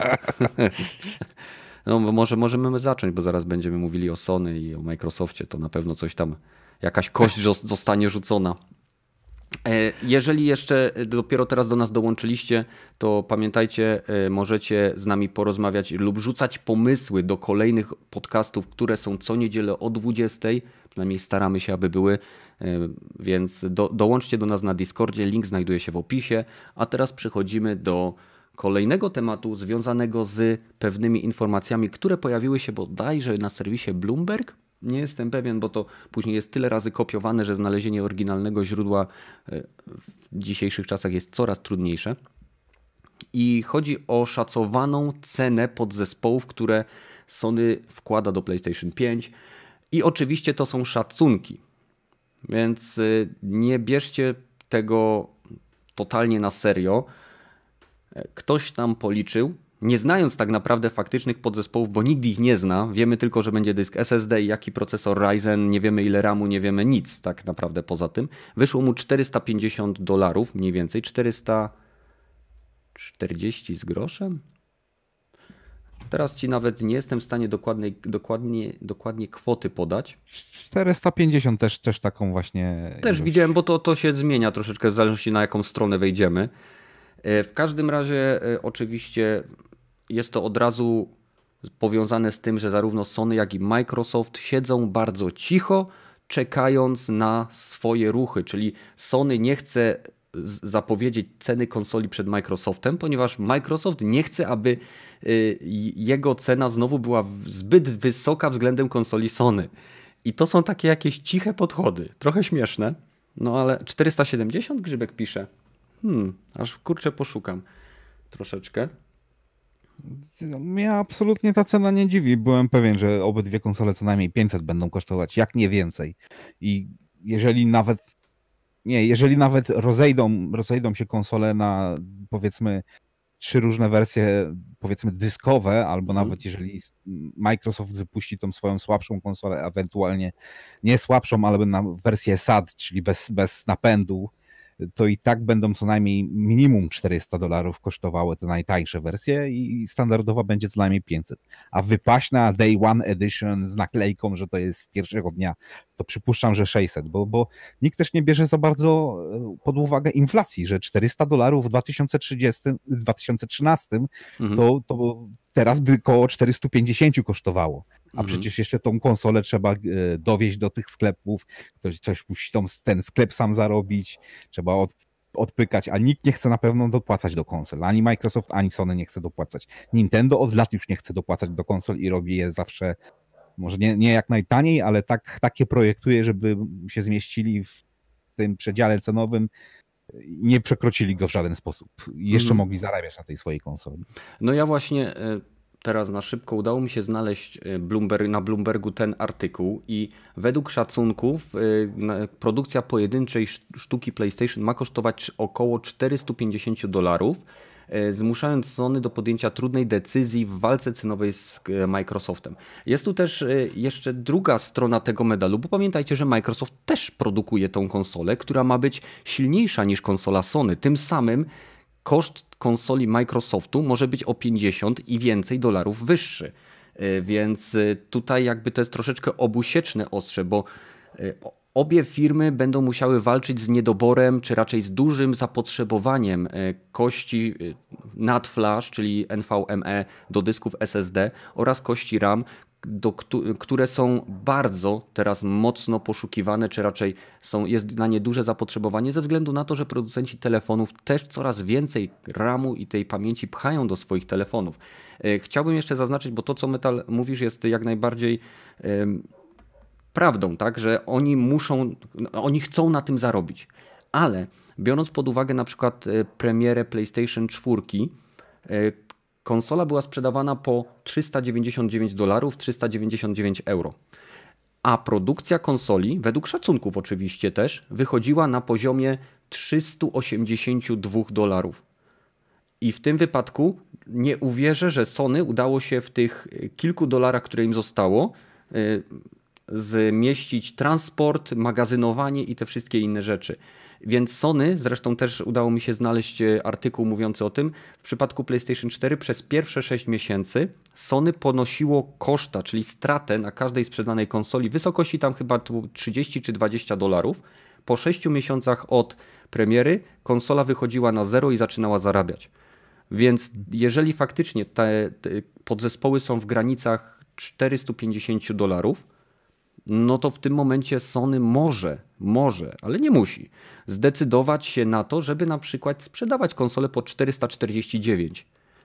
No może możemy zacząć, bo zaraz będziemy mówili o Sony i o Microsoftie. To na pewno coś tam, jakaś kość zostanie rzucona. Jeżeli jeszcze dopiero teraz do nas dołączyliście, to pamiętajcie, możecie z nami porozmawiać lub rzucać pomysły do kolejnych podcastów, które są co niedzielę o dwudziestej. Przynajmniej staramy się, aby były, więc do, dołączcie do nas na Discordzie, link znajduje się w opisie. A teraz przechodzimy do kolejnego tematu związanego z pewnymi informacjami, które pojawiły się bodajże na serwisie Bloomberg. Nie jestem pewien, bo to później jest tyle razy kopiowane, że znalezienie oryginalnego źródła w dzisiejszych czasach jest coraz trudniejsze. I chodzi o szacowaną cenę podzespołów, które Sony wkłada do PlayStation pięć. I oczywiście to są szacunki, więc nie bierzcie tego totalnie na serio. Ktoś tam policzył, nie znając tak naprawdę faktycznych podzespołów, bo nikt ich nie zna. Wiemy tylko, że będzie dysk S S D i jaki procesor Ryzen, nie wiemy ile ramu, nie wiemy nic tak naprawdę poza tym. Wyszło mu czterysta pięćdziesiąt dolarów mniej więcej, czterysta czterdzieści z groszem. Teraz ci nawet nie jestem w stanie dokładnie, dokładnie, dokładnie kwoty podać. czterysta pięćdziesiąt też, też taką właśnie... Też ilość. widziałem, bo to, to się zmienia troszeczkę w zależności na jaką stronę wejdziemy. W każdym razie oczywiście jest to od razu powiązane z tym, że zarówno Sony, jak i Microsoft siedzą bardzo cicho, czekając na swoje ruchy. Czyli Sony nie chce zapowiedzieć ceny konsoli przed Microsoftem, ponieważ Microsoft nie chce, aby jego cena znowu była zbyt wysoka względem konsoli Sony. I to są takie jakieś ciche podchody. Trochę śmieszne, no ale czterysta siedemdziesiąt Grzybek pisze. Hmm, aż kurczę poszukam troszeczkę. Mnie absolutnie ta cena nie dziwi. Byłem pewien, że obydwie konsole co najmniej pięćset będą kosztować, jak nie więcej. I jeżeli nawet nie, jeżeli nawet rozejdą, rozejdą się konsole na powiedzmy trzy różne wersje, powiedzmy dyskowe, albo Mhm. nawet jeżeli Microsoft wypuści tą swoją słabszą konsolę, ewentualnie nie słabszą, ale na wersję S A D, czyli bez, bez napędu, to i tak będą co najmniej minimum czterysta dolarów kosztowały te najtańsze wersje i standardowa będzie co najmniej pięćset. A wypaśna Day One Edition z naklejką, że to jest z pierwszego dnia, to przypuszczam, że sześćset, bo, bo nikt też nie bierze za bardzo pod uwagę inflacji, że czterysta dolarów w dwa tysiące trzydziestym, dwa tysiące trzynastym mhm. to, to teraz by koło czterysta pięćdziesiąt kosztowało. A mhm. przecież jeszcze tą konsolę trzeba dowieźć do tych sklepów, ktoś coś musi tą, ten sklep sam zarobić, trzeba od, odpykać, a nikt nie chce na pewno dopłacać do konsol. Ani Microsoft, ani Sony nie chce dopłacać. Nintendo od lat już nie chce dopłacać do konsol i robi je zawsze, może nie, nie jak najtaniej, ale tak, takie projektuje, żeby się zmieścili w tym przedziale cenowym i nie przekroczyli go w żaden sposób. I jeszcze mhm. mogli zarabiać na tej swojej konsoli. No ja właśnie teraz na szybko udało mi się znaleźć Bloomberg, na Bloombergu ten artykuł i według szacunków produkcja pojedynczej sztuki PlayStation ma kosztować około czterysta pięćdziesiąt dolarów, zmuszając Sony do podjęcia trudnej decyzji w walce cenowej z Microsoftem. Jest tu też jeszcze druga strona tego medalu, bo pamiętajcie, że Microsoft też produkuje tą konsolę, która ma być silniejsza niż konsola Sony. Tym samym koszt konsoli Microsoftu może być o pięćdziesiąt i więcej dolarów wyższy. Więc tutaj jakby to jest troszeczkę obusieczne ostrze, bo obie firmy będą musiały walczyć z niedoborem, czy raczej z dużym zapotrzebowaniem kości NAND flash, czyli N V M e do dysków S S D oraz kości RAM, do, które są bardzo teraz mocno poszukiwane, czy raczej są, jest na nie duże zapotrzebowanie ze względu na to, że producenci telefonów też coraz więcej ramu i tej pamięci pchają do swoich telefonów. Chciałbym jeszcze zaznaczyć, bo to, co Metal mówisz, jest jak najbardziej um, prawdą, tak, że oni muszą, oni chcą na tym zarobić, ale biorąc pod uwagę na przykład premierę PlayStation cztery, konsola była sprzedawana po trzysta dziewięćdziesiąt dziewięć dolarów, trzysta dziewięćdziesiąt dziewięć euro. A produkcja konsoli, według szacunków oczywiście też, wychodziła na poziomie trzysta osiemdziesiąt dwa dolarów. I w tym wypadku nie uwierzę, że Sony udało się w tych kilku dolarach, które im zostało, zmieścić transport, magazynowanie i te wszystkie inne rzeczy. Więc Sony, zresztą też udało mi się znaleźć artykuł mówiący o tym, w przypadku PlayStation cztery przez pierwsze sześć miesięcy Sony ponosiło koszta, czyli stratę na każdej sprzedanej konsoli w wysokości tam chyba trzydzieści czy dwadzieścia dolarów. Po sześciu miesiącach od premiery konsola wychodziła na zero i zaczynała zarabiać. Więc jeżeli faktycznie te, te podzespoły są w granicach czterysta pięćdziesiąt dolarów, no to w tym momencie Sony może, może, ale nie musi zdecydować się na to, żeby na przykład sprzedawać konsolę po czterysta czterdzieści dziewięć.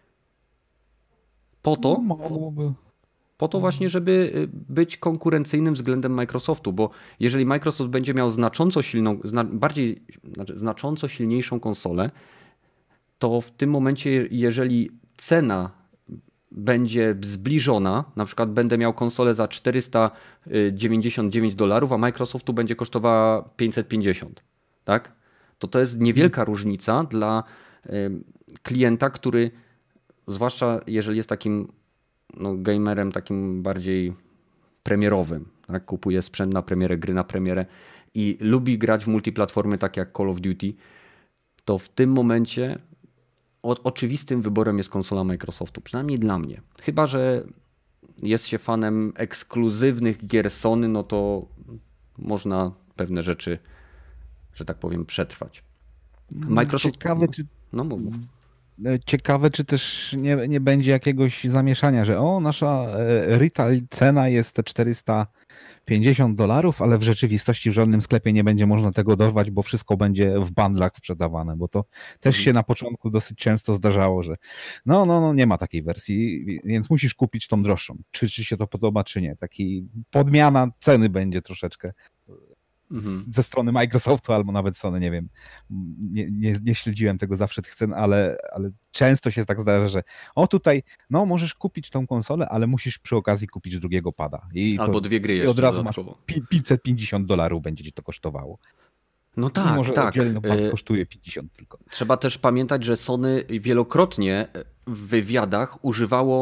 Po to, no, po to właśnie, żeby być konkurencyjnym względem Microsoftu, bo jeżeli Microsoft będzie miał znacząco silną, bardziej, znaczy znacząco silniejszą konsolę, to w tym momencie, jeżeli cena będzie zbliżona, na przykład będę miał konsolę za czterysta dziewięćdziesiąt dziewięć dolarów, a Microsoftu będzie kosztowała pięćset pięćdziesiąt, tak? To to jest niewielka różnica dla klienta, który, zwłaszcza jeżeli jest takim no, gamerem takim bardziej premierowym, tak? Kupuje sprzęt na premierę, gry na premierę i lubi grać w multiplatformy takie jak Call of Duty, to w tym momencie o, oczywistym wyborem jest konsola Microsoftu, przynajmniej dla mnie. Chyba że jest się fanem ekskluzywnych gier Sony, no to można pewne rzeczy, że tak powiem, przetrwać. Microsoft... Ciekawe, czy... No, mów. Ciekawe, czy też nie, nie będzie jakiegoś zamieszania, że o, nasza retail cena jest te czterysta pięćdziesiąt dolarów, ale w rzeczywistości w żadnym sklepie nie będzie można tego dorwać, bo wszystko będzie w bundlach sprzedawane, bo to też się na początku dosyć często zdarzało, że no, no, no, nie ma takiej wersji, więc musisz kupić tą droższą. Czy, czy się to podoba, czy nie. Taki podmiana ceny będzie troszeczkę. Mhm. Ze strony Microsoftu albo nawet Sony, nie wiem. Nie, nie, nie śledziłem tego zawsze tych cen, ale, ale często się tak zdarza, że o tutaj, no możesz kupić tą konsolę, ale musisz przy okazji kupić drugiego pada. I albo to, dwie gry i jeszcze od razu dodatkowo. Masz pięćset pięćdziesiąt dolarów będzie ci to kosztowało. No tak, Mimo, że tak. oddzielny pad kosztuje pięćdziesiąt tylko. Trzeba też pamiętać, że Sony wielokrotnie w wywiadach używało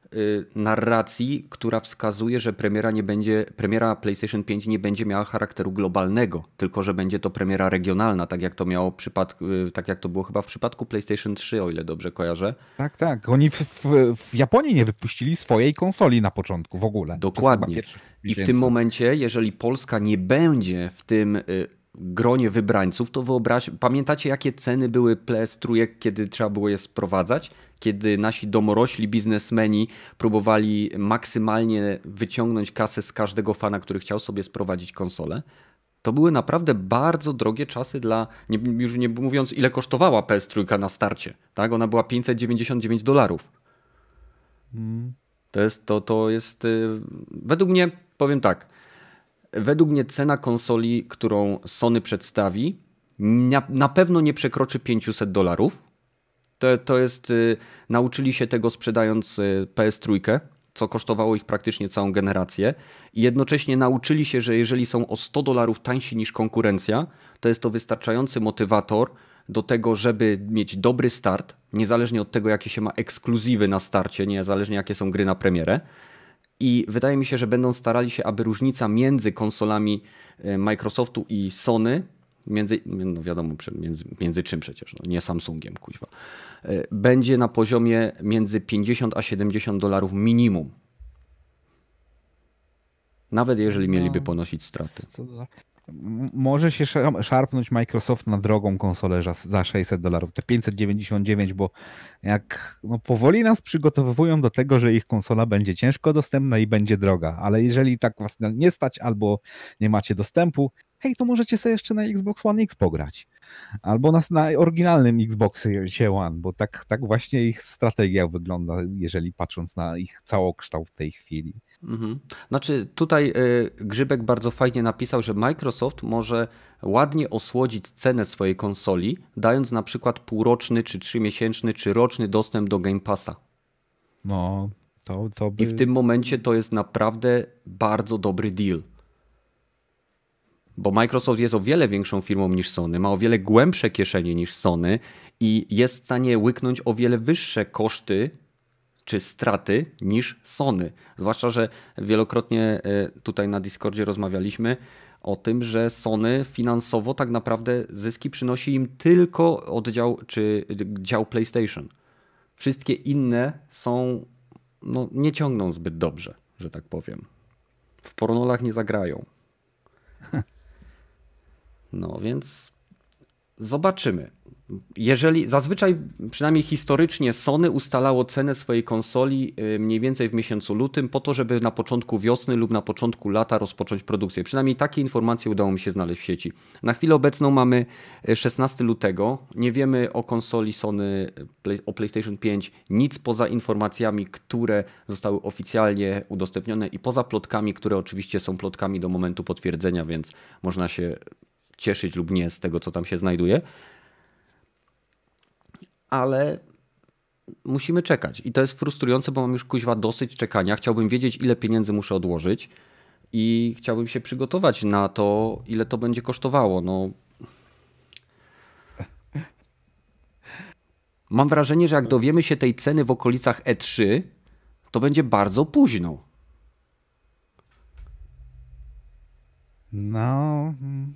y, narracji, która wskazuje, że premiera nie będzie, premiera PlayStation pięć nie będzie miała charakteru globalnego, tylko że będzie to premiera regionalna, tak jak to miało przypadku, y, tak jak to było chyba w przypadku PlayStation trzy, o ile dobrze kojarzę. Tak, tak. Oni w, w, w Japonii nie wypuścili swojej konsoli na początku w ogóle. Dokładnie. I w tym momencie, jeżeli Polska nie będzie w tym y, gronie wybrańców, to wyobraź, pamiętacie jakie ceny były P S trzy, kiedy trzeba było je sprowadzać? Kiedy nasi domorośli biznesmeni próbowali maksymalnie wyciągnąć kasę z każdego fana, który chciał sobie sprowadzić konsolę. To były naprawdę bardzo drogie czasy dla, nie, już nie mówiąc ile kosztowała P S trzy na starcie. Tak? Ona była pięćset dziewięćdziesiąt dziewięć dolarów. Hmm. To jest, to, to jest, y, według mnie, powiem tak, według mnie cena konsoli, którą Sony przedstawi, na, na pewno nie przekroczy pięćset dolarów. To, to jest, y, nauczyli się tego sprzedając y, P S trzy, co kosztowało ich praktycznie całą generację. I jednocześnie nauczyli się, że jeżeli są o sto dolarów tańsi niż konkurencja, to jest to wystarczający motywator do tego, żeby mieć dobry start, niezależnie od tego, jakie się ma ekskluzywy na starcie, niezależnie jakie są gry na premierę. I wydaje mi się, że będą starali się, aby różnica między konsolami Microsoftu i Sony, między, no wiadomo, między, między czym przecież, no nie Samsungiem, kuźwa, będzie na poziomie między pięćdziesiąt a siedemdziesiąt dolarów minimum. Nawet jeżeli mieliby ponosić straty. Może się szarpnąć Microsoft na drogą konsolę za sześćset dolarów, te pięćset dziewięćdziesiąt dziewięć, bo jak no, powoli nas przygotowują do tego, że ich konsola będzie ciężko dostępna i będzie droga, ale jeżeli tak was nie stać albo nie macie dostępu, hej, to możecie sobie jeszcze na Xbox One X pograć. Albo na, na oryginalnym Xboxie One, bo tak, tak właśnie ich strategia wygląda, jeżeli patrząc na ich całokształt w tej chwili. Mhm. Znaczy tutaj y, Grzybek bardzo fajnie napisał, że Microsoft może ładnie osłodzić cenę swojej konsoli, dając na przykład półroczny, czy trzymiesięczny, czy roczny dostęp do Game Passa. No, to, to by... I w tym momencie to jest naprawdę bardzo dobry deal. Bo Microsoft jest o wiele większą firmą niż Sony, ma o wiele głębsze kieszenie niż Sony i jest w stanie łyknąć o wiele wyższe koszty czy straty niż Sony. Zwłaszcza, że wielokrotnie tutaj na Discordzie rozmawialiśmy o tym, że Sony finansowo tak naprawdę zyski przynosi im tylko oddział czy dział PlayStation. Wszystkie inne są, no, nie ciągną zbyt dobrze, że tak powiem. W pornolach nie zagrają. No więc zobaczymy. Jeżeli zazwyczaj, przynajmniej historycznie, Sony ustalało cenę swojej konsoli mniej więcej w miesiącu lutym po to, żeby na początku wiosny lub na początku lata rozpocząć produkcję. Przynajmniej takie informacje udało mi się znaleźć w sieci. Na chwilę obecną mamy szesnastego lutego. Nie wiemy o konsoli Sony, o PlayStation pięć nic poza informacjami, które zostały oficjalnie udostępnione i poza plotkami, które oczywiście są plotkami do momentu potwierdzenia, więc można się cieszyć lub nie z tego, co tam się znajduje. Ale musimy czekać. I to jest frustrujące, bo mam już kuźwa dosyć czekania. Chciałbym wiedzieć, ile pieniędzy muszę odłożyć i chciałbym się przygotować na to, ile to będzie kosztowało. No. Mam wrażenie, że jak dowiemy się tej ceny w okolicach E trzy, to będzie bardzo późno. No...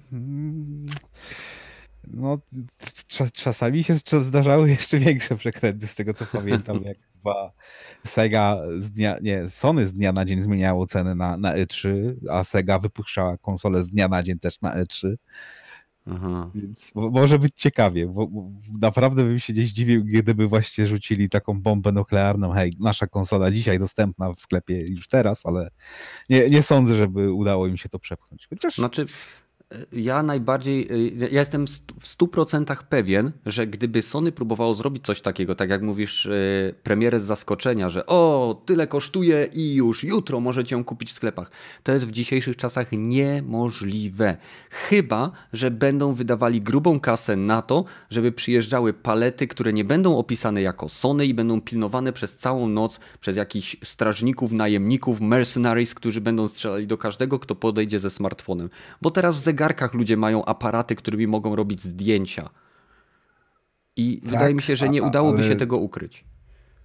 No, czasami się zdarzały jeszcze większe przekręty z tego, co pamiętam, jak chyba Sega z dnia, nie, Sony z dnia na dzień zmieniało cenę na, na E trzy, a Sega wypuszczała konsolę z dnia na dzień też na E trzy. Aha. Więc może być ciekawie, bo, bo naprawdę bym się gdzieś zdziwił, gdyby właśnie rzucili taką bombę nuklearną, hej, nasza konsola dzisiaj dostępna w sklepie już teraz, ale nie, nie sądzę, żeby udało im się to przepchnąć. Chociaż... Znaczy... Ja najbardziej, ja jestem w stu procentach pewien, że gdyby Sony próbowało zrobić coś takiego, tak jak mówisz, premierę z zaskoczenia, że o, tyle kosztuje i już jutro możecie ją kupić w sklepach. To jest w dzisiejszych czasach niemożliwe. Chyba że będą wydawali grubą kasę na to, żeby przyjeżdżały palety, które nie będą opisane jako Sony i będą pilnowane przez całą noc przez jakichś strażników, najemników, mercenaries, którzy będą strzelali do każdego, kto podejdzie ze smartfonem. Bo teraz w zegarkach ludzie mają aparaty, którymi mogą robić zdjęcia. I tak, wydaje mi się, że nie udałoby ale... się tego ukryć.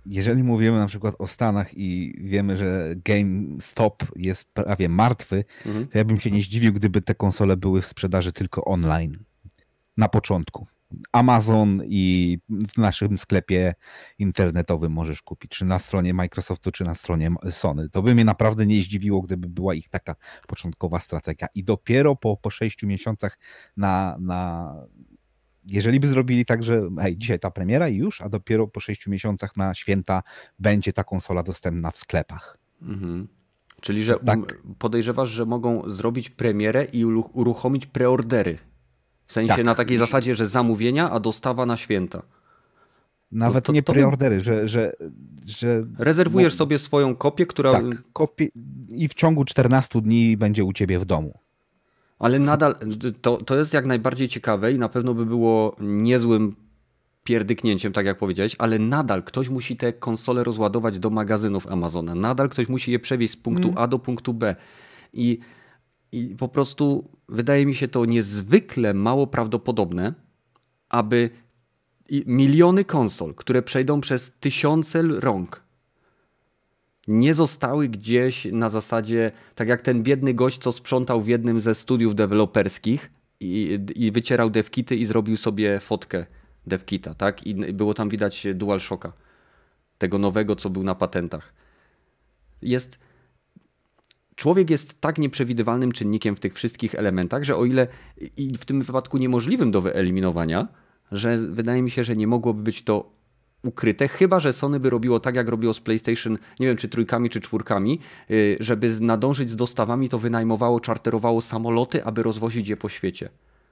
jeżeli mówimy na przykład o Stanach i wiemy, że GameStop jest prawie martwy, Mhm. to ja bym się nie zdziwił, gdyby te konsole były w sprzedaży tylko online. Na początku. Amazon i w naszym sklepie internetowym możesz kupić, czy na stronie Microsoftu, czy na stronie Sony. To by mnie naprawdę nie zdziwiło, gdyby była ich taka początkowa strategia. I dopiero po, po sześciu miesiącach na, na... Jeżeli by zrobili tak, że hej, dzisiaj ta premiera i już, a dopiero po sześciu miesiącach na święta będzie ta konsola dostępna w sklepach. Mhm. Czyli, że Tak. podejrzewasz, że mogą zrobić premierę i uruchomić preordery. W sensie Tak. na takiej zasadzie, że zamówienia, a dostawa na święta. Nawet to- nie to by- preordery, że, że, że... Rezerwujesz mo- sobie swoją kopię, która... Tak, kopie... i w ciągu czternastu dni będzie u ciebie w domu. Ale nadal to, to jest jak najbardziej ciekawe i na pewno by było niezłym pierdyknięciem, tak jak powiedziałeś, ale nadal ktoś musi te konsole rozładować do magazynów Amazona. Nadal ktoś musi je przewieźć z punktu Mm. A do punktu B. I, I po prostu wydaje mi się to niezwykle mało prawdopodobne, aby i miliony konsol, które przejdą przez tysiące rąk, nie zostały gdzieś na zasadzie, tak jak ten biedny gość, co sprzątał w jednym ze studiów deweloperskich i, i wycierał devkity i zrobił sobie fotkę devkita, tak? I było tam widać DualShocka, tego nowego, co był na patentach. Jest... Człowiek jest tak nieprzewidywalnym czynnikiem w tych wszystkich elementach, że o ile i w tym wypadku niemożliwym do wyeliminowania, że wydaje mi się, że nie mogłoby być to ukryte, chyba że Sony by robiło tak, jak robiło z PlayStation, nie wiem czy trójkami, czy czwórkami, yy, żeby nadążyć z dostawami, to wynajmowało, czarterowało samoloty, aby rozwozić je po świecie.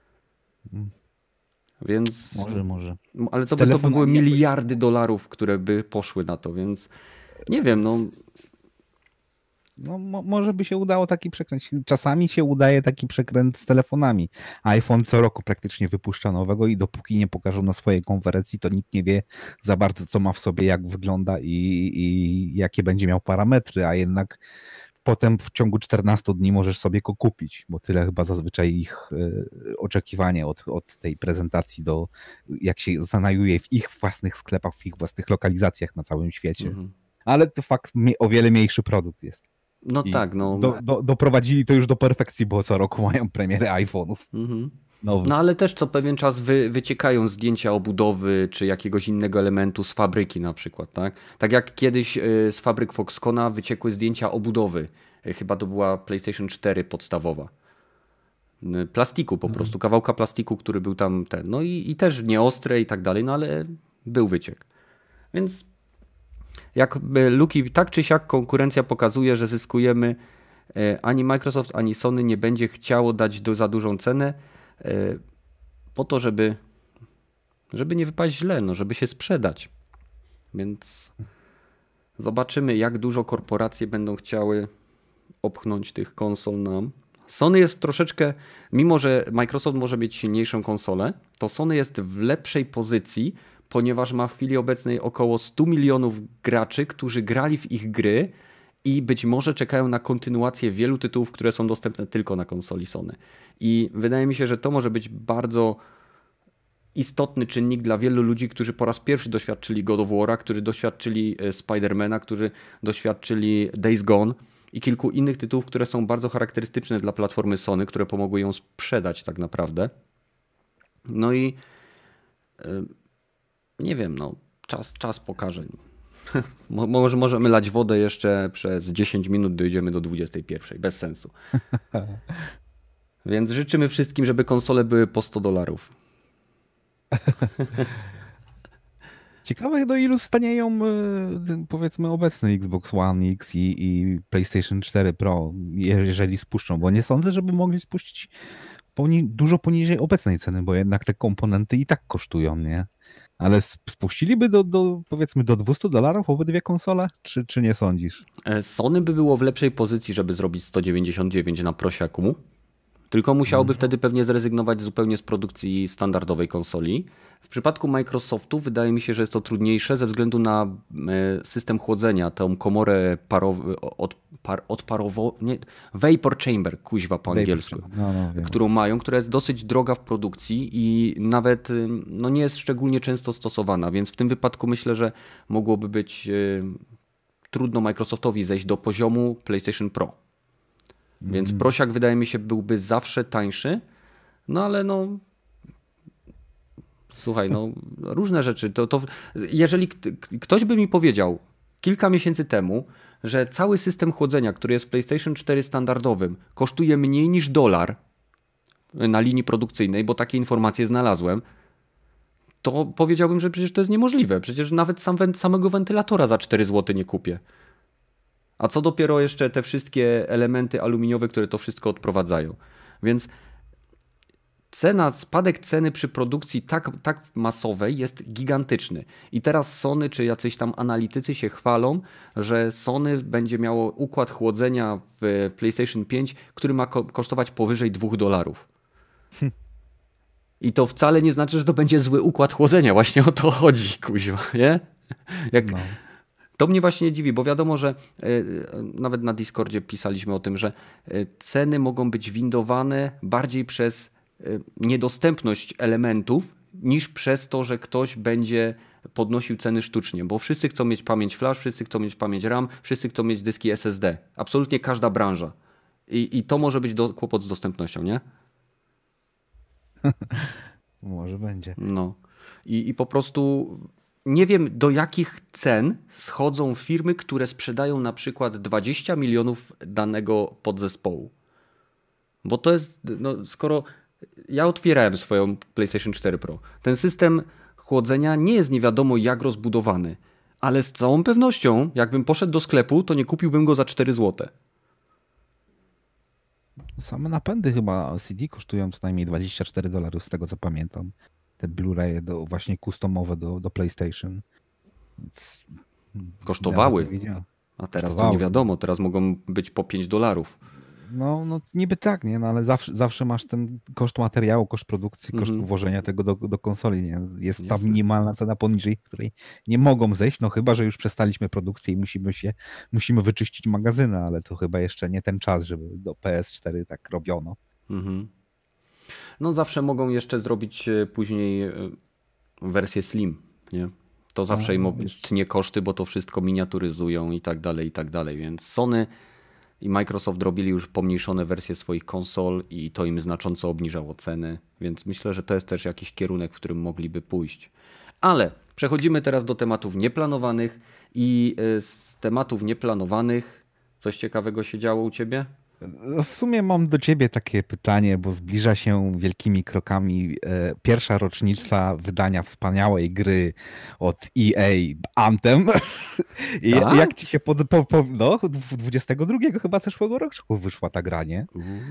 Więc... Może, może. Ale to Z by, to by były telefonami jakoś- miliardy dolarów, które by poszły na to, więc nie wiem, no... No, mo- może by się udało taki przekręt. Czasami się udaje taki przekręt z telefonami. iPhone co roku praktycznie wypuszcza nowego i dopóki nie pokażą na swojej konferencji, to nikt nie wie za bardzo, co ma w sobie, jak wygląda i, i jakie będzie miał parametry, a jednak potem w ciągu czternastu dni możesz sobie go kupić, bo tyle chyba zazwyczaj ich y, oczekiwanie od, od tej prezentacji do jak się znajduje w ich własnych sklepach, w ich własnych lokalizacjach na całym świecie. Mhm. Ale to fakt mie- o wiele mniejszy produkt jest. No I tak, no... Do, do, doprowadzili to już do perfekcji, bo co roku mają premiery iPhone'ów. Mhm. Nowych. No ale też co pewien czas wy, wyciekają zdjęcia obudowy czy jakiegoś innego elementu z fabryki na przykład, tak? Tak jak kiedyś y, z fabryk Foxconna wyciekły zdjęcia obudowy. Y, Chyba to była PlayStation cztery podstawowa. Y, Plastiku po prostu, kawałka plastiku, który był tam ten. No i, i też nieostre i tak dalej, no ale był wyciek. Więc jakby Luki, tak czy siak konkurencja pokazuje, że zyskujemy. E, Ani Microsoft, ani Sony nie będzie chciało dać do, za dużą cenę e, po to, żeby, żeby nie wypaść źle, no, żeby się sprzedać. Więc zobaczymy, jak dużo korporacje będą chciały opchnąć tych konsol nam. Sony jest troszeczkę, mimo że Microsoft może mieć silniejszą konsolę, to Sony jest w lepszej pozycji, ponieważ ma w chwili obecnej około stu milionów graczy, którzy grali w ich gry i być może czekają na kontynuację wielu tytułów, które są dostępne tylko na konsoli Sony. I wydaje mi się, że to może być bardzo istotny czynnik dla wielu ludzi, którzy po raz pierwszy doświadczyli God of War'a, którzy doświadczyli Spidermana, którzy doświadczyli Days Gone i kilku innych tytułów, które są bardzo charakterystyczne dla platformy Sony, które pomogły ją sprzedać tak naprawdę. No i nie wiem, no czas, czas pokaże. Może możemy lać wodę jeszcze przez dziesięć minut, dojdziemy do dwudziestej pierwszej. Bez sensu. Więc życzymy wszystkim, żeby konsole były po sto dolarów. Ciekawe, do ilu stanieją powiedzmy obecny Xbox One X i, i PlayStation cztery Pro, jeżeli spuszczą, bo nie sądzę, żeby mogli spuścić poni- dużo poniżej obecnej ceny, bo jednak te komponenty i tak kosztują, nie? Ale spuściliby do, do powiedzmy do dwieście dolarów obydwie konsole, czy, czy nie sądzisz? Sony by było w lepszej pozycji, żeby zrobić sto dziewięćdziesiąt dziewięć na prosiaku. Tylko musiałoby hmm. wtedy pewnie zrezygnować zupełnie z produkcji standardowej konsoli. W przypadku Microsoftu wydaje mi się, że jest to trudniejsze ze względu na system chłodzenia, tą komorę parow- od par, odparowo... Nie, vapor chamber, kuźwa po angielsku, no, no, którą mają, która jest dosyć droga w produkcji i nawet no, nie jest szczególnie często stosowana, więc w tym wypadku myślę, że mogłoby być y, trudno Microsoftowi zejść do poziomu PlayStation Pro. Więc mm. prosiak wydaje mi się byłby zawsze tańszy, no ale no słuchaj, no różne rzeczy. To, to, jeżeli ktoś by mi powiedział kilka miesięcy temu, że cały system chłodzenia, który jest w PlayStation cztery standardowym, kosztuje mniej niż dolar na linii produkcyjnej, bo takie informacje znalazłem, to powiedziałbym, że przecież to jest niemożliwe. Przecież nawet sam, samego wentylatora za cztery złote nie kupię. A co dopiero jeszcze te wszystkie elementy aluminiowe, które to wszystko odprowadzają. Więc cena, spadek ceny przy produkcji tak, tak masowej jest gigantyczny. I teraz Sony czy jacyś tam analitycy się chwalą, że Sony będzie miało układ chłodzenia w PlayStation pięć, który ma ko- kosztować powyżej dwóch dolarów. I to wcale nie znaczy, że to będzie zły układ chłodzenia. Właśnie o to chodzi, kuźwa, nie? Jak... No. To mnie właśnie dziwi, bo wiadomo, że nawet na Discordzie pisaliśmy o tym, że ceny mogą być windowane bardziej przez niedostępność elementów niż przez to, że ktoś będzie podnosił ceny sztucznie, bo wszyscy chcą mieć pamięć flash, wszyscy chcą mieć pamięć RAM, wszyscy chcą mieć dyski S S D. Absolutnie każda branża. I, i to może być do, kłopot z dostępnością, nie? Może będzie. No. I, i po prostu nie wiem, do jakich cen schodzą firmy, które sprzedają na przykład dwadzieścia milionów danego podzespołu. Bo to jest, no skoro ja otwierałem swoją PlayStation cztery Pro, ten system chłodzenia nie jest nie wiadomo jak rozbudowany, ale z całą pewnością, jakbym poszedł do sklepu, to nie kupiłbym go za cztery złote. Same napędy chyba C D kosztują co najmniej dwadzieścia cztery dolary, z tego co pamiętam. Te Blu-raye do, właśnie customowe do, do PlayStation. Więc kosztowały. A teraz kosztowały. To nie wiadomo, teraz mogą być po pięć dolarów. No, no niby tak, nie? No, ale zawsze, zawsze masz ten koszt materiału, koszt produkcji, koszt mm-hmm. włożenia tego do, do konsoli. Nie? Jest Jasne. Ta minimalna cena, poniżej której nie mogą zejść, no chyba, że już przestaliśmy produkcję i musimy się, musimy wyczyścić magazyny, ale to chyba jeszcze nie ten czas, żeby do P S cztery tak robiono. Mm-hmm. No zawsze mogą jeszcze zrobić później wersję Slim, nie? To zawsze no, im tnie koszty, bo to wszystko miniaturyzują i tak dalej, i tak dalej, więc Sony i Microsoft robili już pomniejszone wersje swoich konsol i to im znacząco obniżało ceny, więc myślę, że to jest też jakiś kierunek, w którym mogliby pójść. Ale przechodzimy teraz do tematów nieplanowanych i z tematów nieplanowanych coś ciekawego się działo u ciebie? W sumie mam do ciebie takie pytanie, bo zbliża się wielkimi krokami pierwsza rocznica wydania wspaniałej gry od E A Anthem. I tak? Jak ci się pod... Po, po, no, dwudziestego drugiego chyba zeszłego roku wyszła ta gra, nie?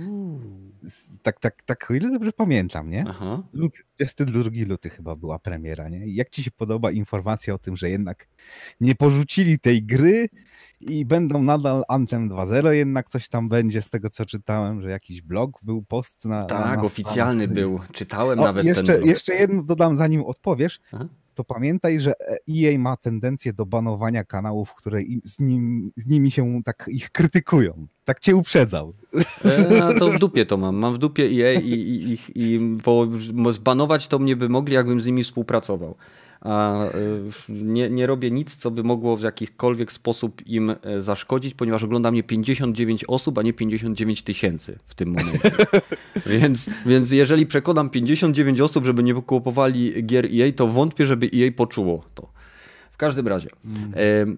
Tak, tak, tak, o ile dobrze pamiętam, nie? Aha. dwudziestego drugiego luty chyba była premiera, nie? Jak ci się podoba informacja o tym, że jednak nie porzucili tej gry i będą nadal Anthem dwa zero, jednak coś tam będzie z tego, co czytałem, że jakiś blog był, post na... Tak, na oficjalny stronę. był. Czytałem o, nawet jeszcze, ten blog. Jeszcze jedno dodam, zanim odpowiesz. Aha. To pamiętaj, że E A ma tendencję do banowania kanałów, które im, z, nim, z nimi się tak ich krytykują. Tak cię uprzedzał. E, to w dupie to mam. Mam w dupie E A i, i, i, i bo zbanować to mnie by mogli, jakbym z nimi współpracował. A nie, nie robię nic, co by mogło w jakikolwiek sposób im zaszkodzić, ponieważ ogląda mnie pięćdziesiąt dziewięć osób, a nie pięćdziesiąt dziewięć tysięcy w tym momencie. więc, więc jeżeli przekonam pięćdziesiąt dziewięć osób, żeby nie kupowali gier E A, to wątpię, żeby E A poczuło to. W każdym razie. Mm.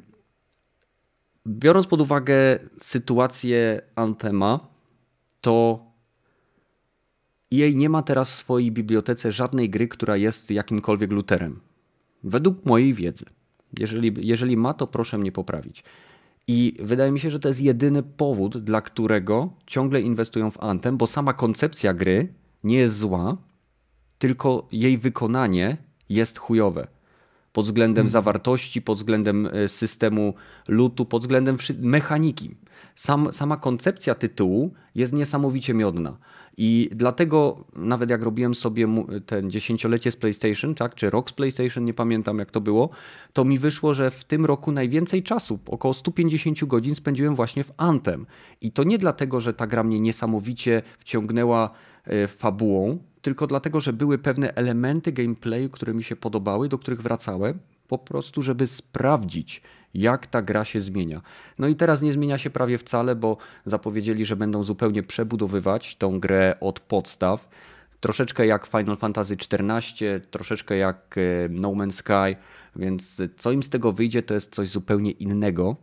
Biorąc pod uwagę sytuację Anthema, to E A nie ma teraz w swojej bibliotece żadnej gry, która jest jakimkolwiek looterem. Według mojej wiedzy. Jeżeli, jeżeli ma, to proszę mnie poprawić. I wydaje mi się, że to jest jedyny powód, dla którego ciągle inwestują w Anthem, bo sama koncepcja gry nie jest zła, tylko jej wykonanie jest chujowe. Pod względem zawartości, pod względem systemu lootu, pod względem mechaniki. Sam, sama koncepcja tytułu jest niesamowicie miodna. I dlatego nawet jak robiłem sobie ten dziesięciolecie z PlayStation, tak, czy rok z PlayStation, nie pamiętam jak to było, to mi wyszło, że w tym roku najwięcej czasu, około sto pięćdziesiąt godzin spędziłem właśnie w Anthem. I to nie dlatego, że ta gra mnie niesamowicie wciągnęła fabułą, tylko dlatego, że były pewne elementy gameplayu, które mi się podobały, do których wracałem, po prostu żeby sprawdzić, jak ta gra się zmienia. No i teraz nie zmienia się prawie wcale, bo zapowiedzieli, że będą zupełnie przebudowywać tą grę od podstaw. Troszeczkę jak Final Fantasy czternaście, troszeczkę jak No Man's Sky, więc co im z tego wyjdzie, to jest coś zupełnie innego.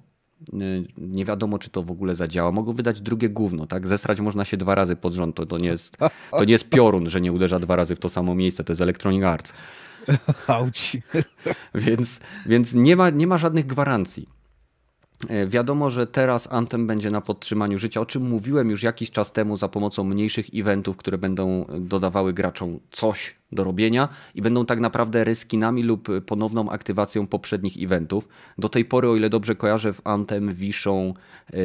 Nie wiadomo, czy to w ogóle zadziała. Mogą wydać drugie gówno, tak? Zesrać można się dwa razy pod rząd. To, to, nie jest, to nie jest piorun, że nie uderza dwa razy w to samo miejsce. To jest Electronic Arts. Auci. Więc, więc nie ma, nie ma żadnych gwarancji. Wiadomo, że teraz Anthem będzie na podtrzymaniu życia, o czym mówiłem już jakiś czas temu za pomocą mniejszych eventów, które będą dodawały graczom coś do robienia i będą tak naprawdę reskinami lub ponowną aktywacją poprzednich eventów. Do tej pory, o ile dobrze kojarzę, w Anthem wiszą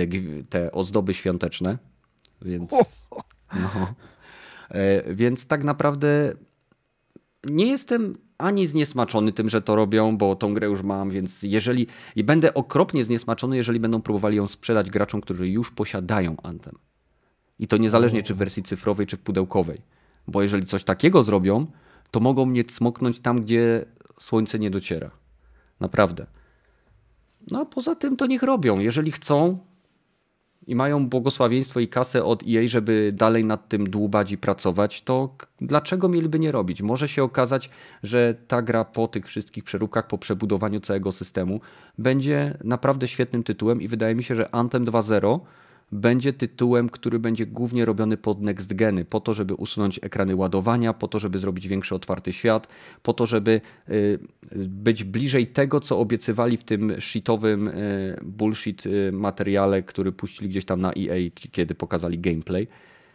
te ozdoby świąteczne, więc, no, więc tak naprawdę nie jestem ani zniesmaczony tym, że to robią, bo tą grę już mam, więc jeżeli i będę okropnie zniesmaczony, jeżeli będą próbowali ją sprzedać graczom, którzy już posiadają Anthem. I to niezależnie czy w wersji cyfrowej, czy w pudełkowej. Bo jeżeli coś takiego zrobią, to mogą mnie cmoknąć tam, gdzie słońce nie dociera. Naprawdę. No a poza tym to niech robią. Jeżeli chcą i mają błogosławieństwo i kasę od E A, żeby dalej nad tym dłubać i pracować, to dlaczego mieliby nie robić? Może się okazać, że ta gra po tych wszystkich przeróbkach, po przebudowaniu całego systemu będzie naprawdę świetnym tytułem i wydaje mi się, że Anthem dwa zero będzie tytułem, który będzie głównie robiony pod next geny, po to, żeby usunąć ekrany ładowania, po to, żeby zrobić większy otwarty świat, po to, żeby być bliżej tego, co obiecywali w tym shitowym bullshit materiale, który puścili gdzieś tam na E A, kiedy pokazali gameplay.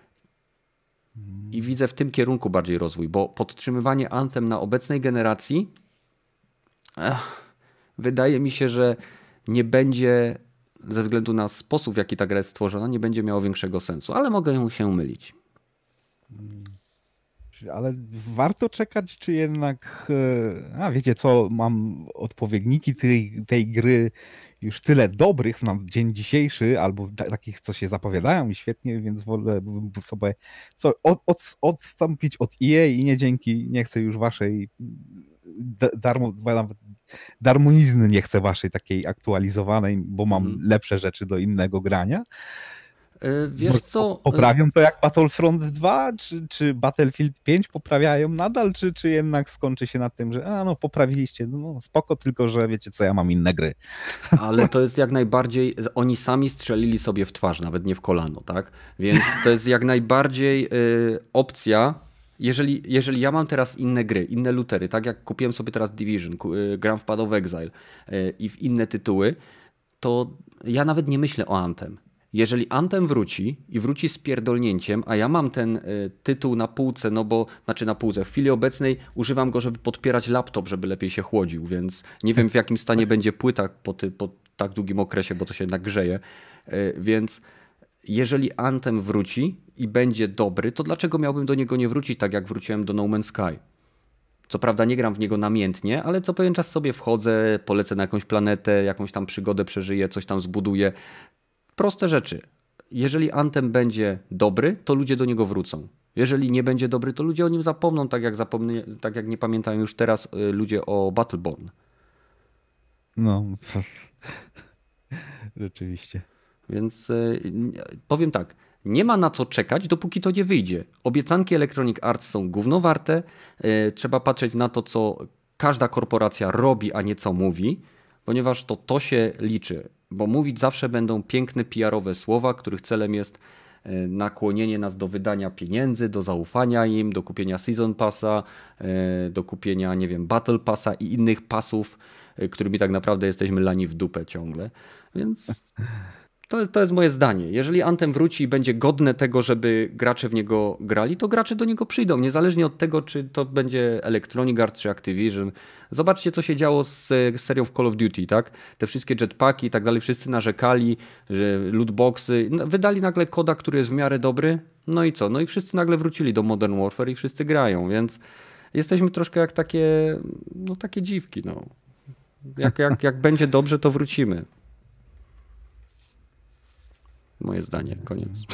I widzę w tym kierunku bardziej rozwój, bo podtrzymywanie Anthem na obecnej generacji ech, wydaje mi się, że nie będzie, ze względu na sposób, w jaki ta gra jest stworzona, nie będzie miało większego sensu, ale mogę się mylić. Ale warto czekać, czy jednak, a wiecie co, mam odpowiedniki tej, tej gry już tyle dobrych na dzień dzisiejszy, albo takich, co się zapowiadają i świetnie, więc wolę sobie co, od, od, odstąpić od E A i nie dzięki, nie chcę już waszej darmo, nawet darmonizny nie chcę waszej takiej aktualizowanej, bo mam mm. lepsze rzeczy do innego grania. Wiesz co? Poprawią to jak Battlefront dwa, czy, czy Battlefield pięć poprawiają nadal, czy, czy jednak skończy się na tym, że a no poprawiliście, no spoko, tylko że wiecie co, ja mam inne gry. Ale to jest jak najbardziej, oni sami strzelili sobie w twarz, nawet nie w kolano, tak? Więc to jest jak najbardziej y, opcja, jeżeli, jeżeli ja mam teraz inne gry, inne lootery, tak jak kupiłem sobie teraz Division, y, gram w Path of Exile y, i w inne tytuły, to ja nawet nie myślę o Anthem. Jeżeli Anthem wróci i wróci z pierdolnięciem, a ja mam ten y, tytuł na półce, no bo, znaczy na półce, w chwili obecnej używam go, żeby podpierać laptop, żeby lepiej się chłodził, więc nie wiem w jakim stanie będzie płyta po, ty, po tak długim okresie, bo to się jednak grzeje, y, więc jeżeli Anthem wróci i będzie dobry, to dlaczego miałbym do niego nie wrócić tak jak wróciłem do No Man's Sky? Co prawda nie gram w niego namiętnie, ale co pewien czas sobie wchodzę, polecę na jakąś planetę, jakąś tam przygodę przeżyję, coś tam zbuduję. Proste rzeczy. Jeżeli Anthem będzie dobry, to ludzie do niego wrócą. Jeżeli nie będzie dobry, to ludzie o nim zapomną, tak jak, zapomnie, tak jak nie pamiętają już teraz ludzie o Battleborn. No, rzeczywiście. Więc powiem tak, nie ma na co czekać, dopóki to nie wyjdzie. Obiecanki Electronic Arts są gówno warte. Trzeba patrzeć na to, co każda korporacja robi, a nie co mówi, ponieważ to to się liczy. Bo mówić zawsze będą piękne P R-owe słowa, których celem jest nakłonienie nas do wydania pieniędzy, do zaufania im, do kupienia Season Passa, do kupienia, nie wiem, Battle Passa i innych pasów, którymi tak naprawdę jesteśmy lani w dupę ciągle. Więc To, to jest moje zdanie. Jeżeli Anthem wróci i będzie godne tego, żeby gracze w niego grali, to gracze do niego przyjdą. Niezależnie od tego, czy to będzie Electronic Arts czy Activision. Zobaczcie, co się działo z serią w Call of Duty, tak? Te wszystkie jetpacki i tak dalej, wszyscy narzekali, że lootboxy. Wydali nagle koda, który jest w miarę dobry. No i co? No i wszyscy nagle wrócili do Modern Warfare i wszyscy grają, więc jesteśmy troszkę jak takie, no takie dziwki, no. Jak, jak, jak będzie dobrze, to wrócimy. Moje zdanie, koniec.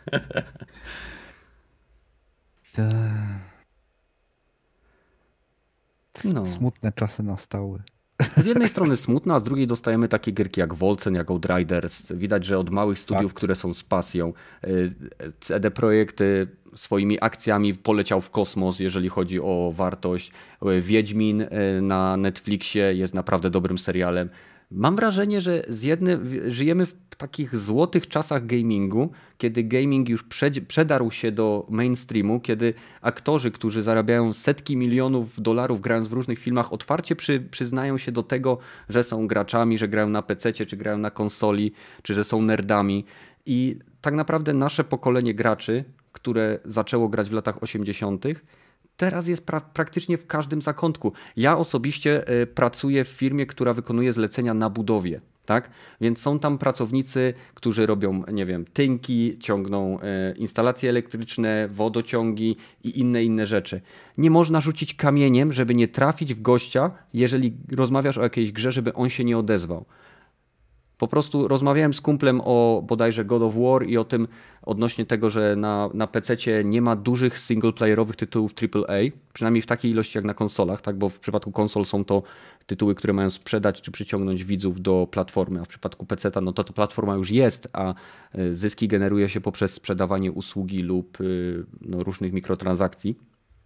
No. Smutne czasy nastały. Z jednej strony smutno, a z drugiej dostajemy takie gierki jak Wolcen, jak Outriders. Widać, że od małych studiów, tak. które są z pasją. C D Projekt swoimi akcjami poleciał w kosmos, jeżeli chodzi o wartość. Wiedźmin na Netflixie jest naprawdę dobrym serialem. Mam wrażenie, że z jednym, żyjemy w takich złotych czasach gamingu, kiedy gaming już przedarł się do mainstreamu, kiedy aktorzy, którzy zarabiają setki milionów dolarów grając w różnych filmach, otwarcie przy, przyznają się do tego, że są graczami, że grają na pececie, czy grają na konsoli, czy że są nerdami. I tak naprawdę nasze pokolenie graczy, które zaczęło grać w latach osiemdziesiątych, teraz jest pra- praktycznie w każdym zakątku. Ja osobiście y, pracuję w firmie, która wykonuje zlecenia na budowie. Tak? Więc są tam pracownicy, którzy robią, nie wiem, tynki, ciągną y, instalacje elektryczne, wodociągi i inne inne rzeczy. Nie można rzucić kamieniem, żeby nie trafić w gościa, jeżeli rozmawiasz o jakiejś grze, żeby on się nie odezwał. Po prostu rozmawiałem z kumplem o bodajże God of War i o tym odnośnie tego, że na, na pececie nie ma dużych singleplayerowych tytułów triple A, przynajmniej w takiej ilości jak na konsolach, tak? Bo w przypadku konsol są to tytuły, które mają sprzedać czy przyciągnąć widzów do platformy, a w przypadku peceta no to ta platforma już jest, a zyski generuje się poprzez sprzedawanie usługi lub no, różnych mikrotransakcji.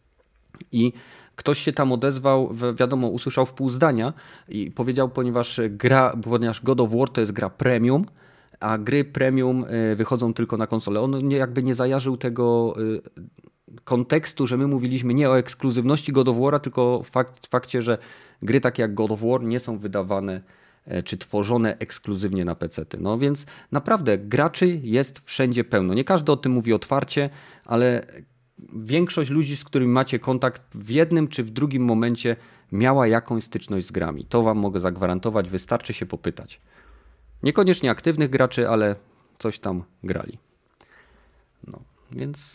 I ktoś się tam odezwał, wiadomo, usłyszał w pół zdania i powiedział, ponieważ gra, ponieważ God of War to jest gra premium, a gry premium wychodzą tylko na konsolę. On nie, jakby nie zajarzył tego kontekstu, że my mówiliśmy nie o ekskluzywności God of War'a, tylko fakt, fakcie, że gry takie jak God of War nie są wydawane czy tworzone ekskluzywnie na pecety. No więc naprawdę graczy jest wszędzie pełno. Nie każdy o tym mówi otwarcie, ale większość ludzi, z którymi macie kontakt w jednym czy w drugim momencie miała jakąś styczność z grami. To wam mogę zagwarantować, wystarczy się popytać. Niekoniecznie aktywnych graczy, ale coś tam grali. No, więc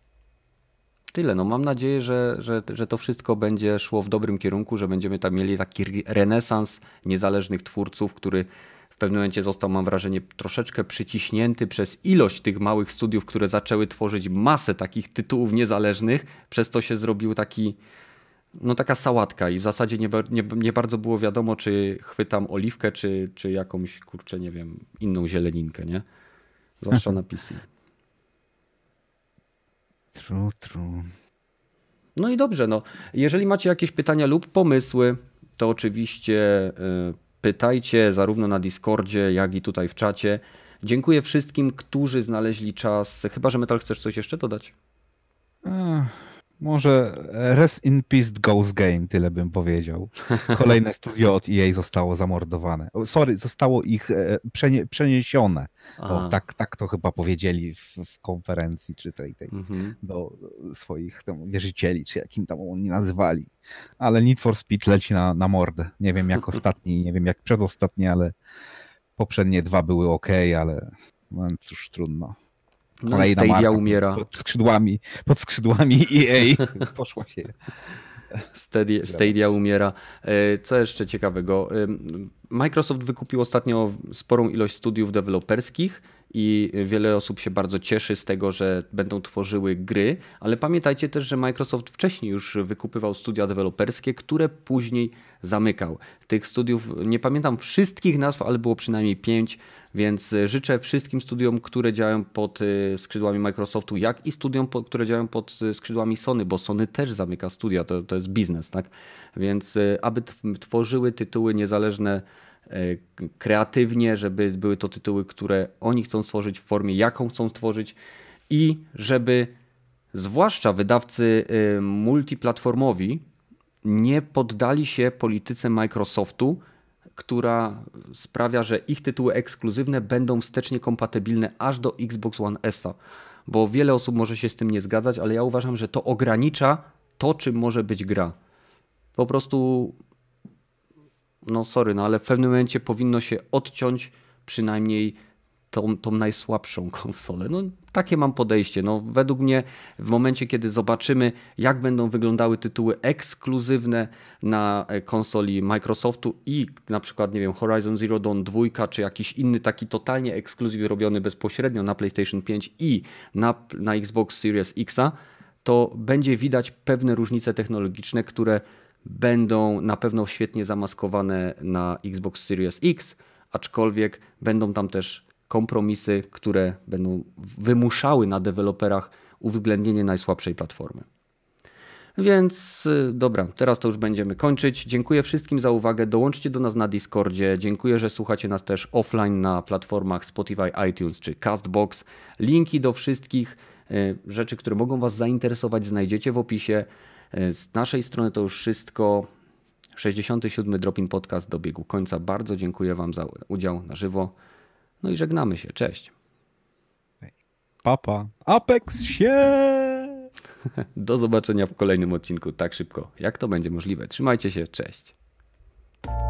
tyle. No, mam nadzieję, że, że, że to wszystko będzie szło w dobrym kierunku, że będziemy tam mieli taki renesans niezależnych twórców, który w pewnym momencie został, mam wrażenie, troszeczkę przyciśnięty przez ilość tych małych studiów, które zaczęły tworzyć masę takich tytułów niezależnych. Przez to się zrobił taki, no taka sałatka i w zasadzie nie, nie, nie bardzo było wiadomo, czy chwytam oliwkę, czy, czy jakąś, kurczę, nie wiem, inną zieleninkę, nie? Zwłaszcza na P C. True, true. No i dobrze, no. Jeżeli macie jakieś pytania lub pomysły, to oczywiście yy, pytajcie zarówno na Discordzie, jak i tutaj w czacie. Dziękuję wszystkim, którzy znaleźli czas. Chyba że Metal, chcesz coś jeszcze dodać? Ech, może rest in peace Ghost Game, tyle bym powiedział. Kolejne studio od E A zostało zamordowane. O, sorry, zostało ich e, przenie, przeniesione. O, tak, tak to chyba powiedzieli w, w konferencji, czy tej, tej mhm. do swoich tam wierzycieli, czy jakim tam oni nazywali. Ale Need for Speed leci na, na mordę. Nie wiem jak ostatni, nie wiem jak przedostatni, ale poprzednie dwa były ok, ale no cóż, trudno. Kolejna no Stadia umiera. Pod, pod, skrzydłami, pod skrzydłami E A poszła się. Stadia, Stadia umiera. Co jeszcze ciekawego? Microsoft wykupił ostatnio sporą ilość studiów deweloperskich i wiele osób się bardzo cieszy z tego, że będą tworzyły gry, ale pamiętajcie też, że Microsoft wcześniej już wykupywał studia deweloperskie, które później zamykał. Tych studiów, nie pamiętam wszystkich nazw, ale było przynajmniej pięć, więc życzę wszystkim studiom, które działają pod skrzydłami Microsoftu, jak i studiom, które działają pod skrzydłami Sony, bo Sony też zamyka studia, to, to jest biznes, tak? Więc aby tworzyły tytuły niezależne kreatywnie, żeby były to tytuły, które oni chcą stworzyć w formie, jaką chcą stworzyć i żeby zwłaszcza wydawcy multiplatformowi nie poddali się polityce Microsoftu, która sprawia, że ich tytuły ekskluzywne będą wstecznie kompatybilne aż do Xbox One S. Bo wiele osób może się z tym nie zgadzać, ale ja uważam, że to ogranicza to, czym może być gra. Po prostu, no sorry, no ale w pewnym momencie powinno się odciąć przynajmniej tą, tą najsłabszą konsolę. No takie mam podejście. No według mnie w momencie, kiedy zobaczymy, jak będą wyglądały tytuły ekskluzywne na konsoli Microsoftu i na przykład, nie wiem, Horizon Zero Dawn dwa, czy jakiś inny taki totalnie ekskluzyw robiony bezpośrednio na PlayStation pięć i na, na Xbox Series X, to będzie widać pewne różnice technologiczne, które będą na pewno świetnie zamaskowane na Xbox Series X, aczkolwiek będą tam też kompromisy, które będą wymuszały na deweloperach uwzględnienie najsłabszej platformy. Więc dobra, teraz to już będziemy kończyć. Dziękuję wszystkim za uwagę. Dołączcie do nas na Discordzie. Dziękuję, że słuchacie nas też offline na platformach Spotify, iTunes czy Castbox. Linki do wszystkich rzeczy, które mogą Was zainteresować, znajdziecie w opisie. Z naszej strony to już wszystko. sześćdziesiąty siódmy Drop-in Podcast dobiegł końca. Bardzo dziękuję Wam za udział na żywo. No i żegnamy się. Cześć. Papa. Apex się! Do zobaczenia w kolejnym odcinku tak szybko, jak to będzie możliwe. Trzymajcie się. Cześć.